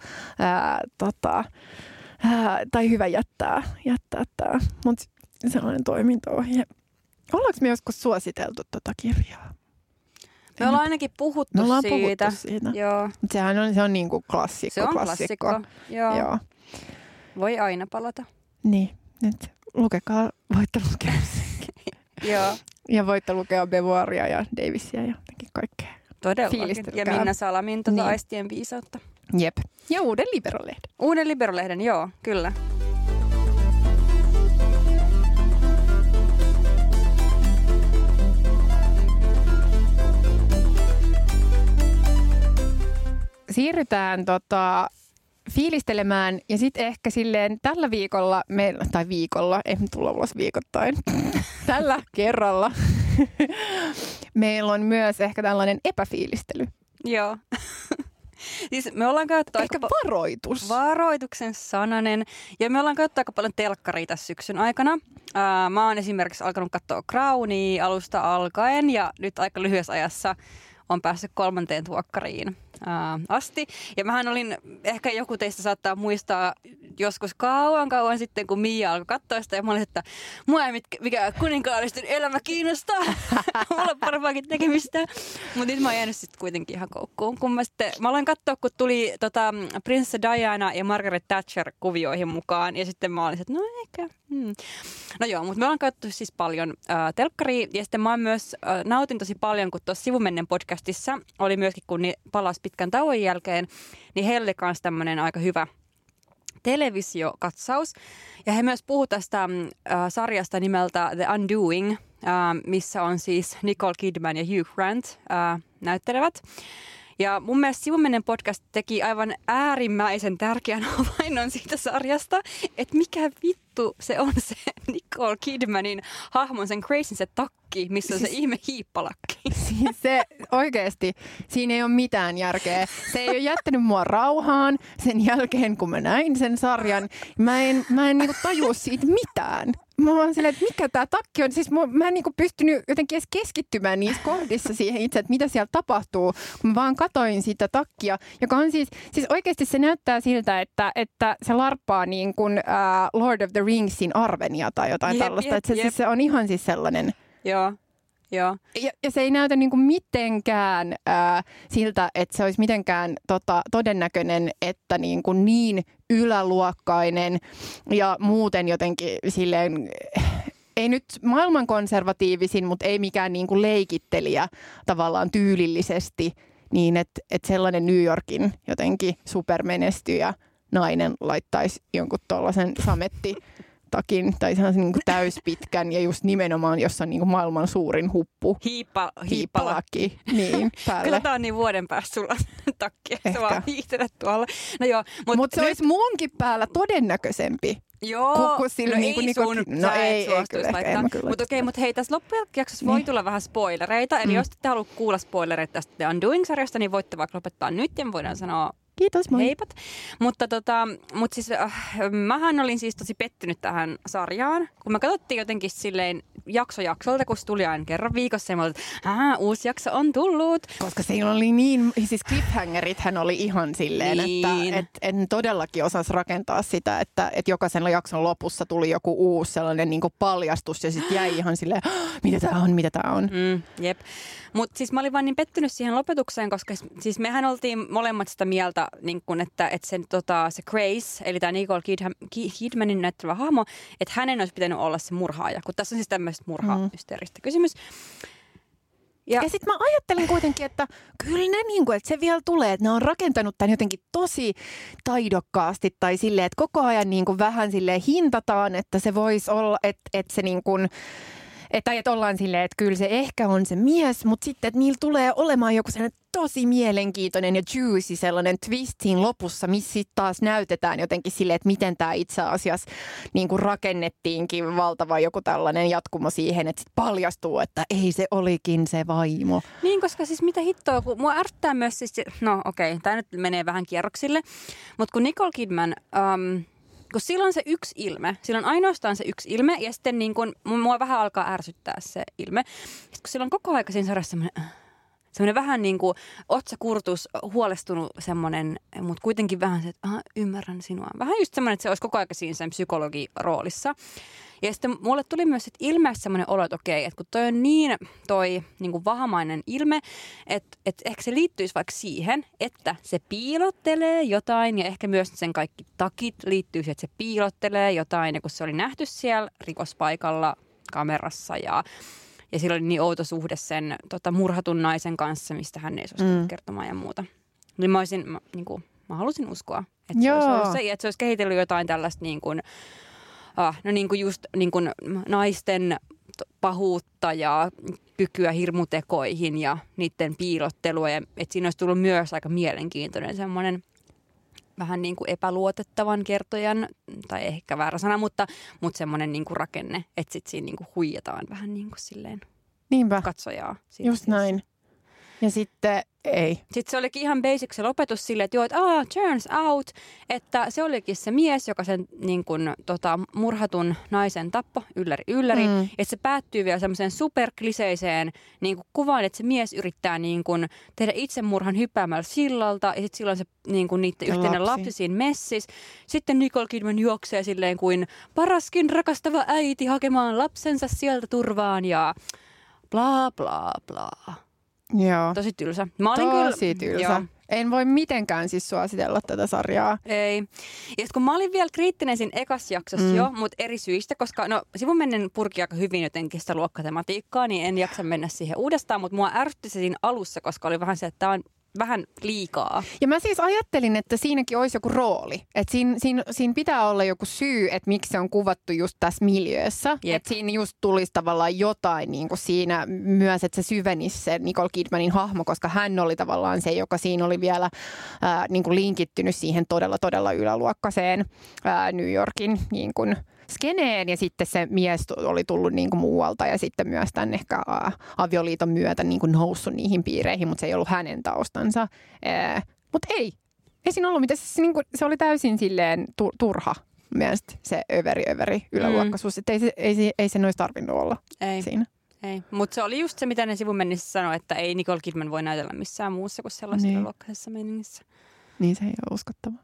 tai hyvä jättää tämä, mutta sellainen toiminto-ohje. Ollaanko me joskus suositeltu tuota kirjaa? Me ollaan ainakin puhuttu siitä. Joo. Se on niin kuin klassikko. Se on klassikko. Joo. Voi aina palata. Niin, nyt lukekaa, voitte lukea senkin. Joo. Ja voitte lukea Beauvoiria ja Davisia ja kaikkea. Todellakin. Ja Minna Salamin aistien viisautta. Jep. Ja uuden Libero-lehden. Uuden Libero-lehden, joo, kyllä. Siirrytään fiilistelemään ja sitten ehkä silleen tällä viikolla, ei tulla ulos viikoittain, tällä kerralla meillä on myös ehkä tällainen epäfiilistely. Joo. Siis me ollaan katsottu ehkä varoitus. Varoituksen sananen. Ja me ollaan katsottu aika paljon telkkaria tässä syksyn aikana. Mä oon esimerkiksi alkanut katsoa Crownia alusta alkaen ja nyt aika lyhyessä ajassa on päässyt 3. tuokkariin asti. Ja mähän olin, ehkä joku teistä saattaa muistaa joskus kauan sitten, kun Mia alkoi katsoa sitä ja mä olin, että mua ei mikään kuninkaallisten elämä kiinnostaa. Mulla on parempaakin tekemistä. Mutta nyt mä oon jäänyt sitten kuitenkin ihan koukkuun. Kun mä aloin katsoa, kun tuli Prinsessa Diana ja Margaret Thatcher kuvioihin mukaan ja sitten mä olin, että no ehkä. No joo, mutta me ollaan katsottu siis paljon telkkaria ja sitten mä oon myös nautin tosi paljon, kun tuossa Sivumennen podcastissa oli myöskin, kun palasi pitkän tauon jälkeen, niin heillä oli myös tämmöinen aika hyvä televisiokatsaus. Ja he myös puhuivat tästä sarjasta nimeltä The Undoing, missä on siis Nicole Kidman ja Hugh Grant näyttelevät. Ja mun mielestä Sivumennen podcast teki aivan äärimmäisen tärkeän havainnon siitä sarjasta, että mikä vittu se on se Nicole Kidmanin hahmon, sen Gracen se takki, missä on se ihme hiippalakki. Siis se oikeasti, siinä ei ole mitään järkeä. Se ei ole jättänyt mua rauhaan sen jälkeen, kun mä näin sen sarjan. Mä en niinku tajua siitä mitään. Mä oon silleen, että mikä tää takki on. Siis mä en niinku pystynyt jotenkin edes keskittymään niissä kohdissa siihen itse, että mitä siellä tapahtuu. Kun mä vaan katoin sitä takkia, joka on siis oikeasti se näyttää siltä, että se larppaa niin kuin Lord of the Ringsin Arvenia tai jotain tällaista. Että siis se on ihan siis sellainen. Joo. Ja se ei näytä niinku mitenkään siltä, että se olisi mitenkään todennäköinen, että niin yläluokkainen ja muuten jotenkin silleen, ei nyt maailman konservatiivisin, mutta ei mikään niinku leikittelijä tavallaan tyylillisesti, niin että sellainen New Yorkin jotenkin supermenestyjä nainen laittaisi jonkun tollaisen samettitakin tai sellaisen niin kuin täyspitkän ja just nimenomaan, jossa on niin kuin maailman suurin huppu. Hiippalakki. Niin, päälle. Kyllä tää on niin vuoden päästä sulla takki, että sä vaan hiihtelet tuolla. No joo, mutta se olisi munkin päällä todennäköisempi. Joo, sillä ei Mutta okei, mutta hei, tässä loppujaksossa voi tulla vähän spoilereita. Eli jos te haluatte kuulla spoilereita tästä The Undoing-sarjasta, niin voitte vaikka lopettaa nyt ja me voidaan sanoa kiitos, moi. Heipat. Mutta siis, mähän olin siis tosi pettynyt tähän sarjaan. Kun me katsottiin jotenkin silleen jaksolta, kun se tuli aina kerran viikossa, ja mä olin, että uusi jakso on tullut. Koska siinä oli niin, siis cliffhangerithän oli ihan silleen, niin. että en todellakin osasi rakentaa sitä, että jokaisen jakson lopussa tuli joku uusi sellainen niin kuin paljastus, ja sitten jäi ihan silleen, mitä tää on. Jep. Mutta siis mä olin vaan niin pettynyt siihen lopetukseen, koska siis mehän oltiin molemmat sitä mieltä, niin kun, että se Grace, eli tämä Nicole Kidmanin näyttelevä hahmo, että hänen olisi pitänyt olla se murhaaja, kun tässä on siis tämmöistä murha-hysteeristä kysymys. Ja sitten mä ajattelin kuitenkin, että kyllä ne niin kuin, että se vielä tulee, että ne on rakentanut tämän jotenkin tosi taidokkaasti tai silleen, että koko ajan niin kuin vähän silleen hintataan, että se voisi olla, että se niin kuin että ollaan silleen, että kyllä se ehkä on se mies, mutta sitten, että niillä tulee olemaan joku sellainen tosi mielenkiintoinen ja juicy sellainen twist siinä lopussa, missä sitten taas näytetään jotenkin silleen, että miten tämä itse asiassa niin kuin rakennettiinkin valtava joku tällainen jatkumo siihen, että sitten paljastuu, että ei se olikin se vaimo. Niin, koska siis mitä hittoa, kun mua ärsyttää myös siis, no okei, tämä nyt menee vähän kierroksille, mutta kun Nicole Kidman kun silloin se yksi ilme, silloin ainoastaan se yksi ilme ja sitten niin kun, mua vähän alkaa ärsyttää se ilme. Sitten kun silloin koko aika siinä sarjassa semmoinen vähän niin kuin otsakurtus, huolestunut semmoinen, mutta kuitenkin vähän se, että ymmärrän sinua. Vähän just semmoinen, että se olisi koko ajan siinä sen psykologiroolissa. Ja sitten mulle tuli myös sit ilmeisesti semmoinen olo, että okei, että kun toi on niin kuin vahamainen ilme, että ehkä se liittyisi vaikka siihen, että se piilottelee jotain ja ehkä myös sen kaikki takit liittyy siihen, että se piilottelee jotain ja kun se oli nähty siellä rikospaikalla kamerassa ja sillä oli niin outo suhde sen murhatun naisen kanssa, mistä hän ei suostunut kertomaan ja muuta. Niin mä halusin uskoa, että se olisi kehitellyt jotain tällaista niin kuin, niin kuin just niin kuin naisten pahuutta ja kykyä hirmutekoihin ja niiden piilottelua. Ja että siinä olisi tullut myös aika mielenkiintoinen semmoinen vähän niin kuin epäluotettavan kertojan, tai ehkä väärä sana, mutta semmoinen niin kuin rakenne, että sitten siinä niin kuin huijataan vähän niin kuin silleen katsojaa. Just näin. Ja sitten ei. Sitten se olikin ihan basic se lopetus silleen, että turns out, että se olikin se mies, joka sen niin kun, murhatun naisen tappo, ylläri. Että se päättyy vielä semmoiseen superkliseiseen niin kuvaan, että se mies yrittää niin kun, tehdä itsemurhan hyppäämällä sillalta ja sitten silloin se niin kun, niiden yhteinen lapsi siinä messissä. Sitten Nicole Kidman juoksee silleen kuin paraskin rakastava äiti hakemaan lapsensa sieltä turvaan ja bla bla bla. Joo. Tosi tylsä. Tosi tylsä. Joo. En voi mitenkään siis suositella tätä sarjaa. Ei. Ja kun mä olin vielä kriittinen siinä ekassa jaksossa mutta eri syistä, koska sivun mennen purki aika hyvin jotenkin sitä luokkatematiikkaa, niin en jaksa mennä siihen uudestaan, mutta mua ärsytti se siinä alussa, koska oli vähän se, että tää on vähän liikaa. Ja mä siis ajattelin, että siinäkin olisi joku rooli. Että siinä pitää olla joku syy, että miksi se on kuvattu just tässä miljöössä. Että siinä just tulisi tavallaan jotain niin kuin siinä myös, että se syvenisi se Nicole Kidmanin hahmo, koska hän oli tavallaan se, joka siinä oli vielä niin kuin linkittynyt siihen todella yläluokkaiseen New Yorkin niin kuin skeneen ja sitten se mies oli tullut niin kuin muualta ja sitten myös tämän ehkä avioliiton myötä niin kuin noussut niihin piireihin, mutta se ei ollut hänen taustansa. Mutta ei siinä ollut mitään. Se oli täysin silleen turha mielestäni se överi yläluokkaisuus. Että ei se olisi tarvinnut olla siinä. Ei, mutta se oli just se, mitä ne sivun mennessä sanoi, että ei Nicole Kidman voi näytellä missään muussa kuin sellaisessa yläluokkaisessa meiningissä. Niin se ei ole uskottava.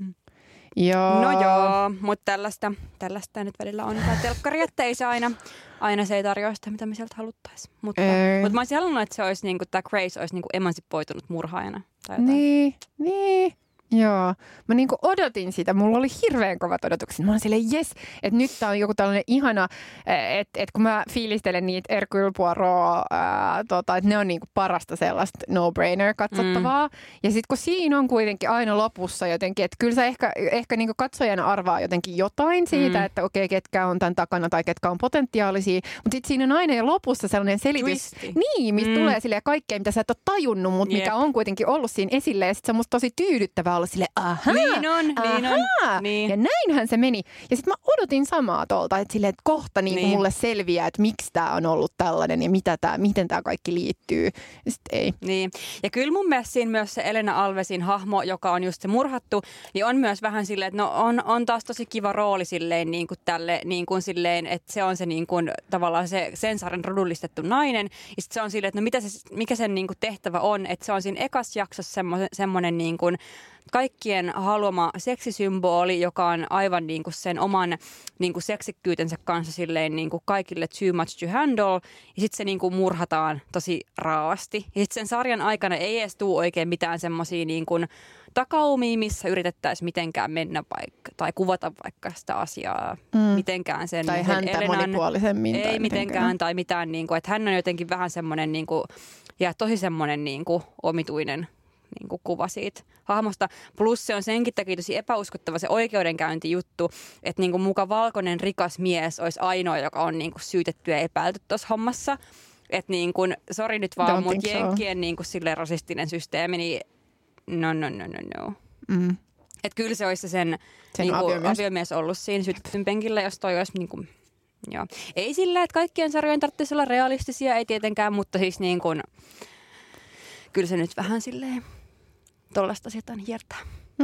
Joo. No joo, mutta tällaista nyt välillä on tämä telkkari, että ei se aina se ei tarjoa sitä, mitä me sieltä haluttaisiin. Mutta mä olisin halunnut, että se olisi niinku, tämä Grace olisi niinku emansipoitunut murhaajana. Tai niin. Joo. Mä niinku odotin sitä. Mulla oli hirveän kovat odotukset. Mä olin silleen, jes, että nyt tää on joku tällainen ihana, että kun mä fiilistelen niitä Hercule Poirot, että ne on niinku parasta sellaista no-brainer katsottavaa. Ja sitten kun siinä on kuitenkin aina lopussa jotenkin, että kyllä sä ehkä niinku katsojana arvaa jotenkin jotain siitä, että okei, ketkä on tämän takana tai ketkä on potentiaalisia. Mutta sitten siinä on aina jo lopussa sellainen selitys. Twisti. Niin, mistä tulee silleen kaikkea, mitä sä et ole tajunnut, mutta mikä on kuitenkin ollut siinä esille. Ja sitten se on musta tosi tyydyttävää olla silleen, Niin. Ja näinhän se meni. Ja sitten mä odotin samaa tuolta, että silleen, että kohta niin mulle selviää, että miksi tää on ollut tällainen ja miten tää kaikki liittyy. Ja sit ei. Niin. Ja kyllä mun mielestä siinä myös se Elena Alvesin hahmo, joka on just se murhattu, niin on myös vähän silleen, että on taas tosi kiva rooli silleen niin kuin tälle, niin kuin silleen, että se on se niin kuin tavallaan se sen sarjan rodullistettu nainen. Ja sitten se on silleen, että mikä sen niin kuin tehtävä on, että se on siinä ekassa jaksossa semmoinen niin kuin kaikkien haluama seksisymboli, joka on aivan niin kuin sen oman niin kuin seksikkyytensä kanssa silleen niin kuin kaikille too much to handle. Ja sitten se niin kuin murhataan tosi raasti. Ja sitten sen sarjan aikana ei edes tule oikein mitään semmoisia niin kuin takaumia, missä yritettäisiin mitenkään mennä tai kuvata vaikka sitä asiaa mitenkään sen. Tai häntä Elenan, monipuolisemmin. Ei mitenkään tai mitään, niin kuin, että hän on jotenkin vähän semmoinen niin kuin, ja tosi semmoinen niin kuin omituinen niin kuin kuva siitä hahmosta. Plus se on senkin takia tosi epäuskottava se oikeudenkäyntijuttu, että niin kuin muka valkoinen rikas mies olisi ainoa, joka on niin kuin syytetty ja epäilty tuossa hommassa. Että niin kuin, sori nyt vaan, mutta jenkkien niin kuin silleen rasistinen systeemi, niin no. Että kyllä se olisi sen niin kuin aviomies ollut siinä syytetyn penkillä, jos toi olisi niin kuin, joo. Ei sillä, että kaikkien sarjojen tarvitsisi olla realistisia, ei tietenkään, mutta siis niin kuin, kyllä se nyt vähän silleen tollaista sieltä hiertää.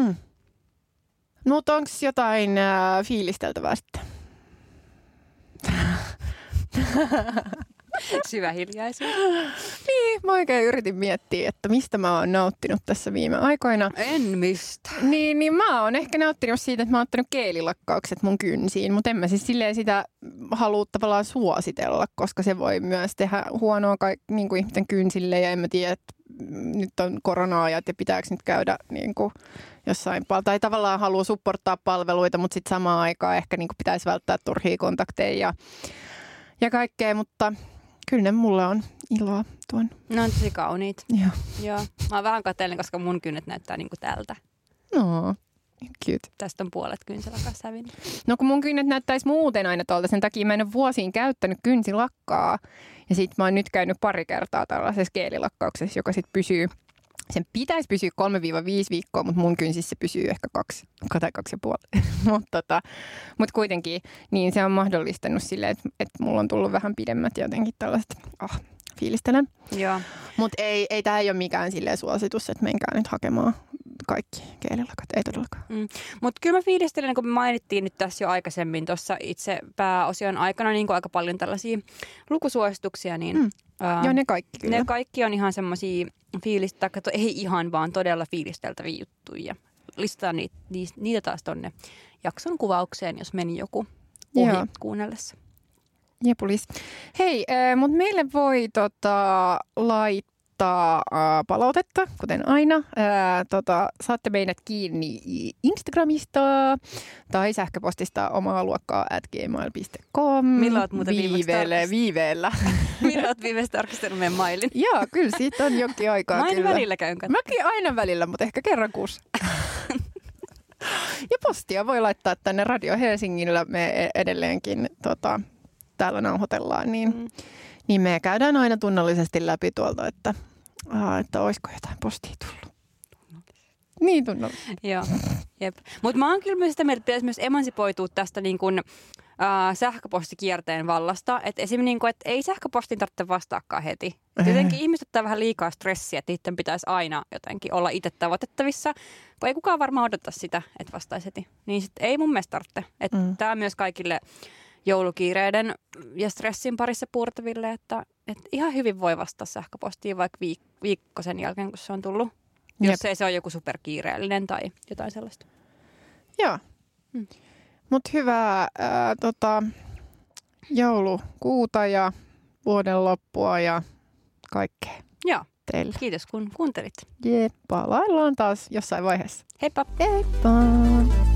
No, mutta onko jotain fiilisteltävää sitten? Syvä hiljaisuus. Niin, mä oikein yritin miettiä, että mistä mä oon nauttinut tässä viime aikoina. En mistä. Niin mä oon ehkä nauttinut siitä, että mä oon ottanut geelilakkaukset mun kynsiin, mutta en mä siis silleen sitä halua tavallaan suositella, koska se voi myös tehdä huonoa niin kuin ihmisten kynsille ja en mä tiedä, että nyt on korona-ajat ja pitääkö nyt käydä niin kuin jossain tai tavallaan haluaa supporttaa palveluita, mutta sitten samaan aikaan ehkä niin kuin pitäisi välttää turhia kontakteja ja kaikkea, mutta kyllä ne mulle on iloa tuon. Ne on tosi kauniit. Joo. Mä oon vähän kateellinen, koska mun kynnet näyttää niinku tältä. No, cute. Tästä on puolet kynsilakasta hävinnyt. No kun mun kynnet näyttäisi muuten aina tuolta, sen takia mä en ole vuosiin käyttänyt kynsilakkaa. Ja sit mä oon nyt käynyt pari kertaa tällaisessa geelilakkauksessa, joka sit pysyy. Sen pitäisi pysyä 3-5 viikkoa, mutta mun kynsissä se pysyy ehkä 2 tai 2,5. Mutta kuitenkin niin se on mahdollistanut silleen, että mulla on tullut vähän pidemmät jotenkin tällaiset fiilistelen. Joo. Mutta ei tämä ei ole mikään silleen suositus, että menkää nyt hakemaan kaikki geelilakat, ei todellakaan. Mutta kyllä mä fiilistelen, kun me mainittiin nyt tässä jo aikaisemmin tuossa itse pääosion aikana niin aika paljon tällaisia lukusuosituksia, niin joo, ne kaikki kyllä. Ne kaikki on ihan semmoisia ei ihan vaan todella fiilisteltäviä juttuja. Listataan niitä taas tonne jakson kuvaukseen, jos meni joku ohi kuunnellessa. Jepulis. Hei, mutta meille voi laittaa palautetta, kuten aina. Saatte meidät kiinni Instagramista tai sähköpostista omaa luokkaa @gmail.com. Milloin olet muuten viiveellä. Milloin olet viimeksi tarkistanut meidän mailin? Joo, kyllä siitä on jokin aikaa. Mä aina välillä käyn katsomaan. Mäkin aina välillä, mutta ehkä kerran kuussa. Ja postia voi laittaa tänne Radio Helsingillä. Me edelleenkin täällä nauhoitellaan, niin me käydään aina tunnollisesti läpi tuolta, että olisiko jotain postia tullut. Niin tunnollisesti. Joo, jep. Mutta mä oon kyllä myös sitä mieltä, että pitäisi myös emansipoitua tästä niin kun, sähköpostikierteen vallasta. Että esimerkiksi, niin kun, että ei sähköpostin tarvitse vastaakaan heti. Jotenkin ihmiset ottaa vähän liikaa stressiä, että niiden pitäisi aina jotenkin olla itse tavoitettavissa. Kun ei kukaan varmaan odota sitä, että vastaisi heti. Niin sit ei mun mielestä tarvitse. Että tää myös kaikille joulukiireiden ja stressin parissa puurtaville, että ihan hyvin voi vastata sähköpostiin vaikka viikko sen jälkeen, kun se on tullut. Jos ei se ole joku superkiireellinen tai jotain sellaista. Joo. Mutta hyvää joulukuuta ja vuoden loppua ja kaikkea. Joo. Teille. Kiitos kun kuuntelit. Jee, palaillaan taas jossain vaiheessa. Heippa! Heippa!